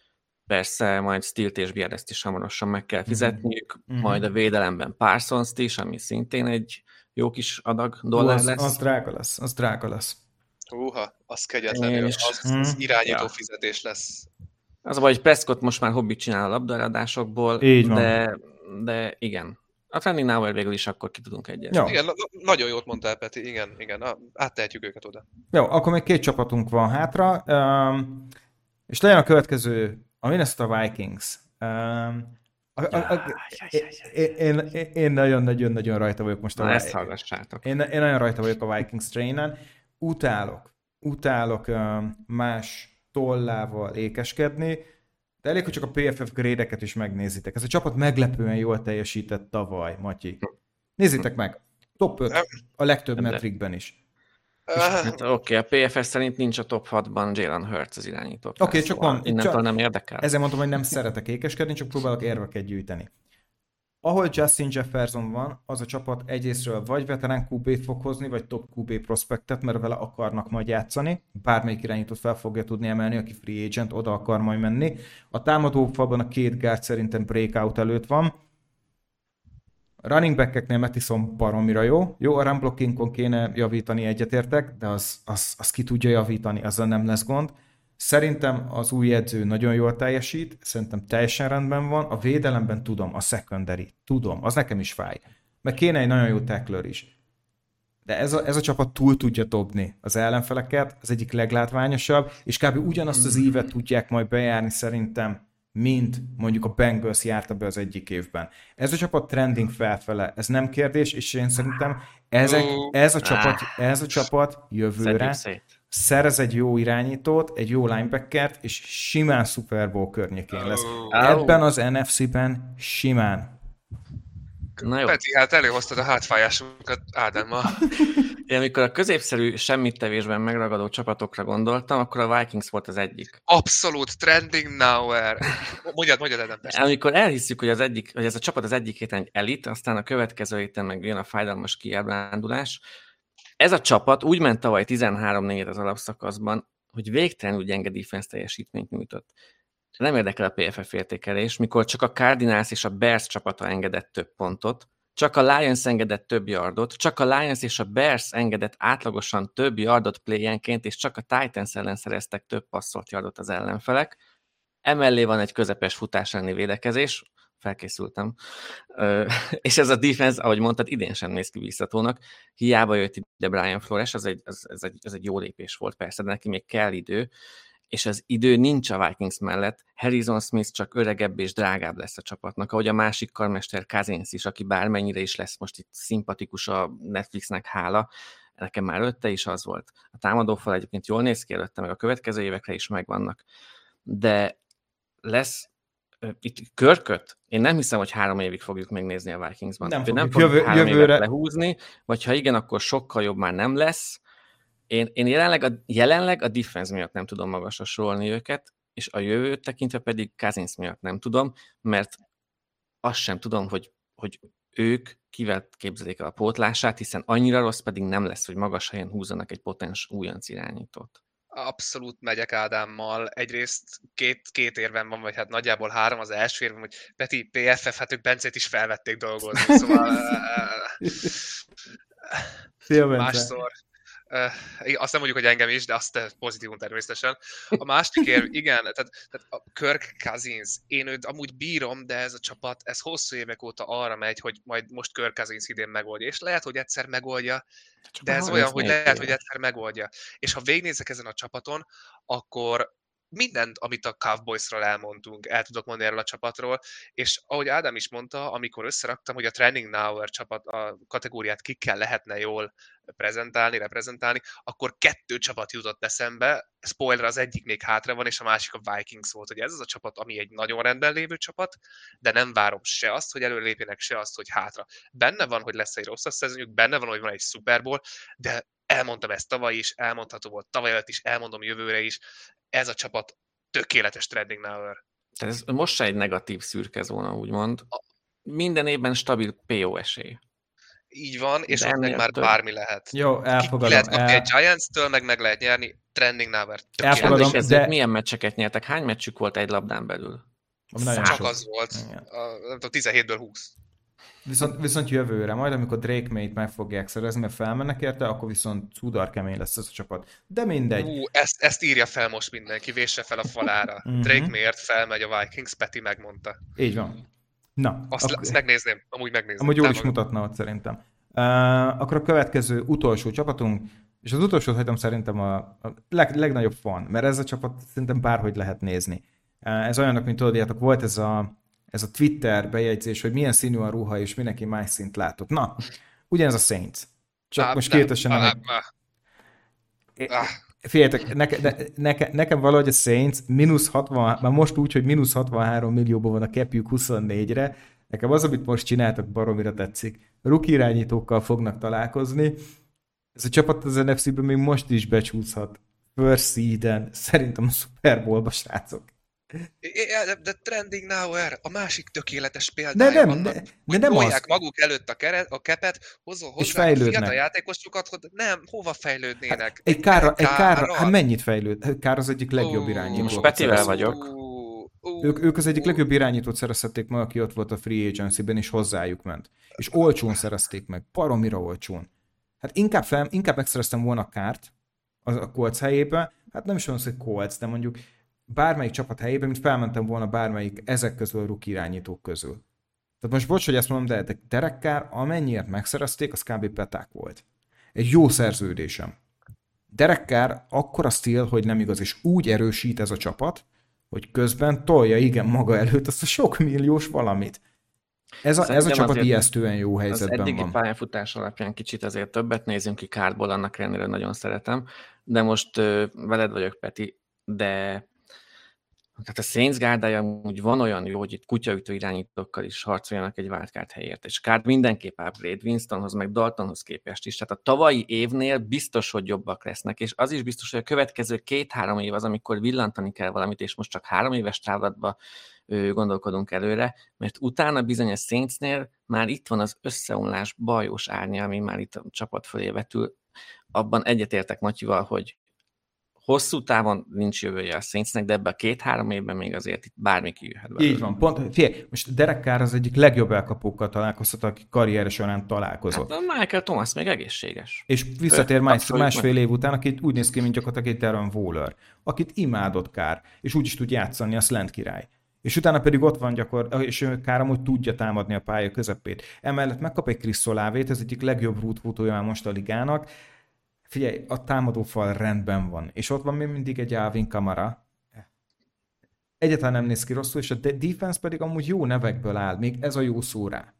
persze majd Steelt és Bierest is hamarosan meg kell fizetniük, uh-huh. majd a védelemben Parsons-t is, ami szintén egy jó kis adag dollár az, lesz. Az drága lesz, az drága lesz. Húha, az kegyetlenül, is... az, az irányító ja. fizetés lesz. Az a baj, hogy Prescott most már hobbit csinál a labdaadásokból, de, de igen. A Trending Now végül is akkor ki tudunk egyet. Igen, na- nagyon jót mondtál, Peti, igen, igen, áttehetjük őket oda. Jó, akkor még két csapatunk van hátra, um, és legyen a következő, a Minnesota Vikings. Um, a, a, a, én, én, én nagyon-nagyon-nagyon rajta vagyok most a Na, ezt hallgassátok. Én, én nagyon rajta vagyok a Vikings trainen. Utálok, utálok um, más tollával ékeskedni, de elég, hogy csak a pé ef ef grade-eket is megnézitek. Ez a csapat meglepően jól teljesített tavaly, Matyi. Nézzétek meg! Top öt a legtöbb de... metrikben is. Hát, Oké, okay, a pé ef ef szerint nincs a top hatban Jalen Hurts az irányító. Oké, okay, csak szóval van. Innentől csak, nem érdekel. Ezért mondtam, hogy nem szeretek ékeskedni, csak próbálok érveket gyűjteni. Ahol Justin Jefferson van, az a csapat egyrésztről vagy veterán kú bét fog hozni, vagy top kú bé prospektet, mert vele akarnak majd játszani. Bármelyik irányítót fel fogja tudni emelni, aki free agent, oda akar majd menni. A támadófalban a két guard szerintem breakout előtt van. A running back-eknél Mattison baromira jó. Jó, a run blockingon kéne javítani, egyetértek, de az, az, az ki tudja javítani, azzal nem lesz gond. Szerintem az új edző nagyon jól teljesít, szerintem teljesen rendben van. A védelemben tudom, a secondary, tudom, az nekem is fáj. Meg kéne egy nagyon jó tackler is. De ez a, ez a csapat túl tudja dobni az ellenfeleket, az egyik leglátványosabb, és kb. Ugyanazt az ívet tudják majd bejárni szerintem, mint mondjuk a Bengals járta be az egyik évben. Ez a csapat trending felfele, ez nem kérdés, és én szerintem ezek, ez, a csapat, ez a csapat jövőre szerez egy jó irányítót, egy jó linebackert, és simán Super Bowl környékén lesz. Ebben az en ef cé-ben simán. Na jó. Peti, hát előhoztad a hátfájásunkat Ádámmal. Én amikor a középszerű semmittevésben megragadó csapatokra gondoltam, akkor a Vikings volt az egyik. Abszolút trending nowhere. Mondjad, mondjad, Ádám. Amikor elhiszük, hogy, az egyik, hogy ez a csapat az egyik héten egy elit, aztán a következő héten meg jön a fájdalmas kiábrándulás. Ez a csapat úgy ment tavaly tizenhárom négy az alapszakaszban, hogy végtelenül gyenge defense teljesítményt nyújtott. Nem érdekel a pé ef ef értékelés, mikor csak a Cardinals és a Bears csapata engedett több pontot, csak a Lions engedett több yardot, csak a Lions és a Bears engedett átlagosan több yardot playenként, és csak a Titans ellen szereztek több passzolt yardot az ellenfelek. Emellé van egy közepes futás elleni védekezés, felkészültem, és ez a defense, ahogy mondtad, idén sem néz ki biztatónak. Hiába jött ide Brian Flores, ez egy, ez, ez, egy, ez egy jó lépés volt persze, de neki még kell idő, és az idő nincs a Vikings mellett. Harrison Smith csak öregebb és drágább lesz a csapatnak, ahogy a másik karmester Cousins is, aki bármennyire is lesz most itt szimpatikus a Netflixnek hála, nekem már előtte is az volt. A támadófal egyébként jól néz ki előtte, meg a következő évekre is megvannak. De lesz itt Körköt, én nem hiszem, hogy három évig fogjuk megnézni a Vikingsban. Nem fogjuk, nem fogjuk jövő, három jövőre évet lehúzni, vagy ha igen, akkor sokkal jobb már nem lesz. Én, én jelenleg, a, jelenleg a defense miatt nem tudom magasra sorolni őket, és a jövőt tekintve pedig Cousins miatt nem tudom, mert azt sem tudom, hogy, hogy ők kivel képzelik el a pótlását, hiszen annyira rossz pedig nem lesz, hogy magas helyen húzzanak egy potens újonc irányítót. Abszolút megyek Ádámmal. Egyrészt két, két érvem van, vagy hát nagyjából három. Az első érvem, hogy Peti, pé ef ef, hát ők Bencét is felvették dolgozni, szóval... másszor... Uh, azt nem mondjuk, hogy engem is, de azt pozitívum természetesen. A másik érv, igen, tehát, tehát a Kirk Cousins, én őt amúgy bírom, de ez a csapat, ez hosszú évek óta arra megy, hogy majd most Kirk Cousins idén megoldja, és lehet, hogy egyszer megoldja, de ez olyan, hogy lehet, hogy egyszer megoldja. És ha végignézek ezen a csapaton, akkor mindent, amit a Cowboysról elmondtunk, el tudok mondani erről a csapatról, és ahogy Ádám is mondta, amikor összeraktam, hogy a Trending Now csapat a kategóriát kikkel lehetne jól prezentálni, reprezentálni, akkor kettő csapat jutott eszembe, spoiler, az egyik még hátra van, és a másik a Vikings volt, hogy ez az a csapat, ami egy nagyon rendben lévő csapat, de nem várom se azt, hogy előlépjenek, se azt, hogy hátra. Benne van, hogy lesz egy rosszabb szezonjuk, benne van, hogy van egy Super Bowl, de elmondtam ezt tavaly is, elmondható volt tavaly előtt is, elmondom jövőre is, ez a csapat tökéletes trending now. Tehát ez most se egy negatív szürke zóna, úgymond. Minden évben stabil pé o esély. Így van, és De ott meg már több. bármi lehet. Jó, elfogadom. Ki lehet kapni el... egy Giants-től, meg meg lehet nyerni. Trending Now-er. Elfogadom, És de... milyen meccseket nyertek? Hány meccsük volt egy labdán belül? Nagyon Csak sok. az volt. A, nem tudom, tizenhétből húsz. Viszont, viszont jövőre, majd amikor Drake May-t meg fogják szerezni, mert felmennek érte, akkor viszont cudar kemény lesz ez a csapat. De mindegy. Ú, ezt, ezt írja fel most mindenki, vésse fel a falára. Mhm. Drake Mayért felmegy a Vikings, Peti megmondta. Így van. Na. Azt, akkor... azt megnézném, amúgy megnézném. Amúgy jól is Támog... mutatna ott szerintem. Uh, akkor a következő utolsó csapatunk, és az utolsót hagyom szerintem a, a leg, legnagyobb fan, mert ez a csapat szerintem bárhogy lehet nézni. Uh, ez olyanok, mint tudjátok, volt ez a, ez a Twitter bejegyzés, hogy milyen színű a ruha, és mindenki más szint látott. Na, ugyanez a Saints. Csak Á, most nem. kétesen nem... Á, Egy... á, á. Figyeljetek, neke, ne, neke, nekem valahogy a Saints mínusz hatvan, már most úgy, hogy mínusz hatvanhárom millióban van a capjük huszonnégyre, nekem az, amit most csináltak, baromira tetszik. Rookie irányítókkal fognak találkozni. Ez a csapat az en ef cé-ben még most is becsúszhat. First seed-en, szerintem a Super Bowl-ba, srácok. De, de Trending Now-er, a másik tökéletes De példája nem, annak, de, de hogy nem tolják az. maguk előtt a, keret, a kepet, hozzon hozzá a fejlődnek. fiatal játékosokat, hogy nem, hova fejlődnének? Hát, egy kárra, egy kárra, kárra? hát mennyit fejlőd? Kár az egyik legjobb Ú, irányító. most Petivel vagyok. Ú, ú, Ők, ők az egyik ú. legjobb irányítót szerezhették meg, aki ott volt a free agency-ben, és hozzájuk ment. És olcsón szerezték meg, baromira olcsón. Hát inkább, fel, inkább megszereztem volna a Kárt a, a Colts helyébe, hát nem is olyan, hogy Colts, de mondjuk bármelyik csapat helyébe, mint felmentem volna bármelyik ezek közül a rookie irányítók közül. Tehát most bocs, hogy ezt mondom, de Derek Carr, amennyiért megszerezték, az kb. Peták volt. Egy jó szerződésem. Derek Carr akkora stíl, hogy nem igaz, és úgy erősít ez a csapat, hogy közben tolja igen maga előtt azt a sok milliós valamit. Ez a, ez a csapat ijesztően jó helyzetben az eddigi van. pályafutás alapján kicsit azért többet nézünk ki Carrból, annak ellenére nagyon szeretem, de most uh, veled vagyok, Peti, de tehát a Saints gárdája úgy van olyan jó, hogy itt kutyaütő irányítókkal is harcoljanak egy wildcard helyért, és Carr mindenképp upgrade Winstonhoz, meg Daltonhoz képest is. Tehát a tavalyi évnél biztos, hogy jobbak lesznek, és az is biztos, hogy a következő két-három év az, amikor villantani kell valamit, és most csak három éves távlatban gondolkodunk előre, mert utána bizony a Saintsnél már itt van az összeomlás bajós árnya, ami már itt a csapat fölé vetül. Abban egyetértek Matyival, hogy hosszú távon nincs jövője a Saintsnek, de ebben a két-három évben még azért itt bármi kijöhet belőle. Így van, pont, figyelj, most Derek Carr az egyik legjobb elkapókkal találkozhat, aki karriere során találkozott. Hát Michael Thomas még egészséges. És visszatér más, másfél meg. év után, aki úgy néz ki, mint gyakorlatilag egy Darren Waller, akit imádott Carr, és úgy is tud játszani, a slant király. És utána pedig ott van gyakor, és Carr amúgy tudja támadni a pálya közepét. Emellett megkap egy Chris Olave-t, ez egyik legjobb rútfutója már most a ligának. Figyelj, a támadófal rendben van. És ott van még mindig egy Alvin Kamara. Egyáltalán nem néz ki rosszul, és a defense pedig amúgy jó nevekből áll. Még ez a jó szó rá.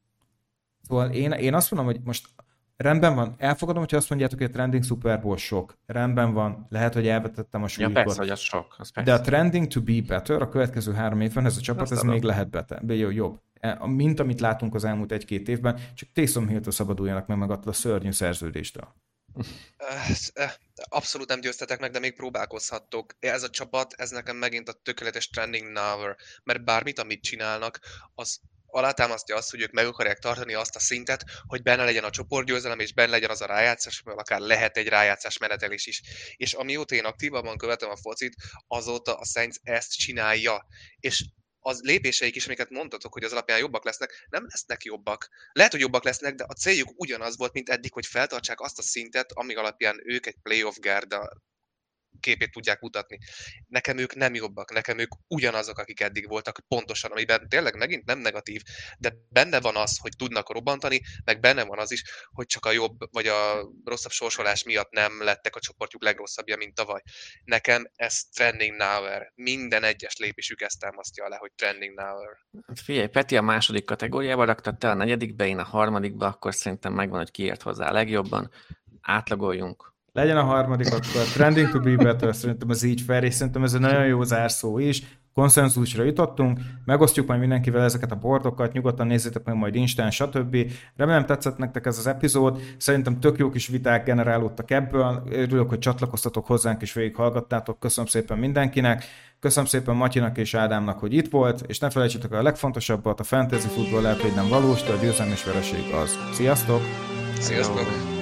Szóval én, én azt mondom, hogy most rendben van. Elfogadom, hogyha azt mondjátok, hogy a trending Super Bowl sok. Rendben van. Lehet, hogy elvetettem a súlyukot. Ja, persze, hogy az sok. Az persze. De a trending to be better a következő három évben ez a csapat, Azt ez adom. még lehet better, jobb. Mint amit látunk az elmúlt egy-két évben, csak Taysom Hill-től szabaduljanak meg meg attól a szörnyű szerződéstől. Abszolút nem győztetek meg, de még próbálkozhattok. Ez a csapat, ez nekem megint a tökéletes trending now, mert bármit, amit csinálnak, az alátámasztja azt, hogy ők meg akarják tartani azt a szintet, hogy benne legyen a csoportgyőzelem, és benne legyen az a rájátszás, mert akár lehet egy rájátszás menetelés is. És amióta én aktívabban követem a focit, azóta a Saints ezt csinálja. És az lépéseik is, amiket mondtatok, hogy az alapján jobbak lesznek, nem lesznek jobbak. Lehet, hogy jobbak lesznek, de a céljuk ugyanaz volt, mint eddig, hogy feltartsák azt a szintet, ami alapján ők egy playoff gárda képét tudják mutatni. Nekem ők nem jobbak, nekem ők ugyanazok, akik eddig voltak, pontosan, amiben tényleg megint nem negatív, de benne van az, hogy tudnak robbantani, meg benne van az is, hogy csak a jobb vagy a rosszabb sorsolás miatt nem lettek a csoportjuk legrosszabbja, mint tavaly. Nekem ez trending now-er. Minden egyes lépésük ezt támasztja alá, hogy trending now-er. Figyelj, Peti a második kategóriába raktad, te a negyedikbe, én a harmadikba, akkor szerintem megvan, hogy kiért hozzá a legjobban. Átlagoljunk. Legyen a harmadik, akkor trending to be better, szerintem ez így fair, és szerintem ez egy nagyon jó zárszó is. konszenzusra jutottunk, megosztjuk majd mindenkivel ezeket a bordokat, nyugodtan nézzétek meg majd Instán, stb. Remélem tetszett nektek ez az epizód, szerintem tök jó kis viták generálódtak ebből, örülök, hogy csatlakoztatok hozzánk és végighallgattátok, köszönöm szépen mindenkinek, köszönöm szépen Matyinak és Ádámnak, hogy itt volt, és ne felejtsétek a legfontosabbat, a fantasy futball lehet, hogy nem valós, de a győzelem és vereség az. Sziasztok! Sziasztok!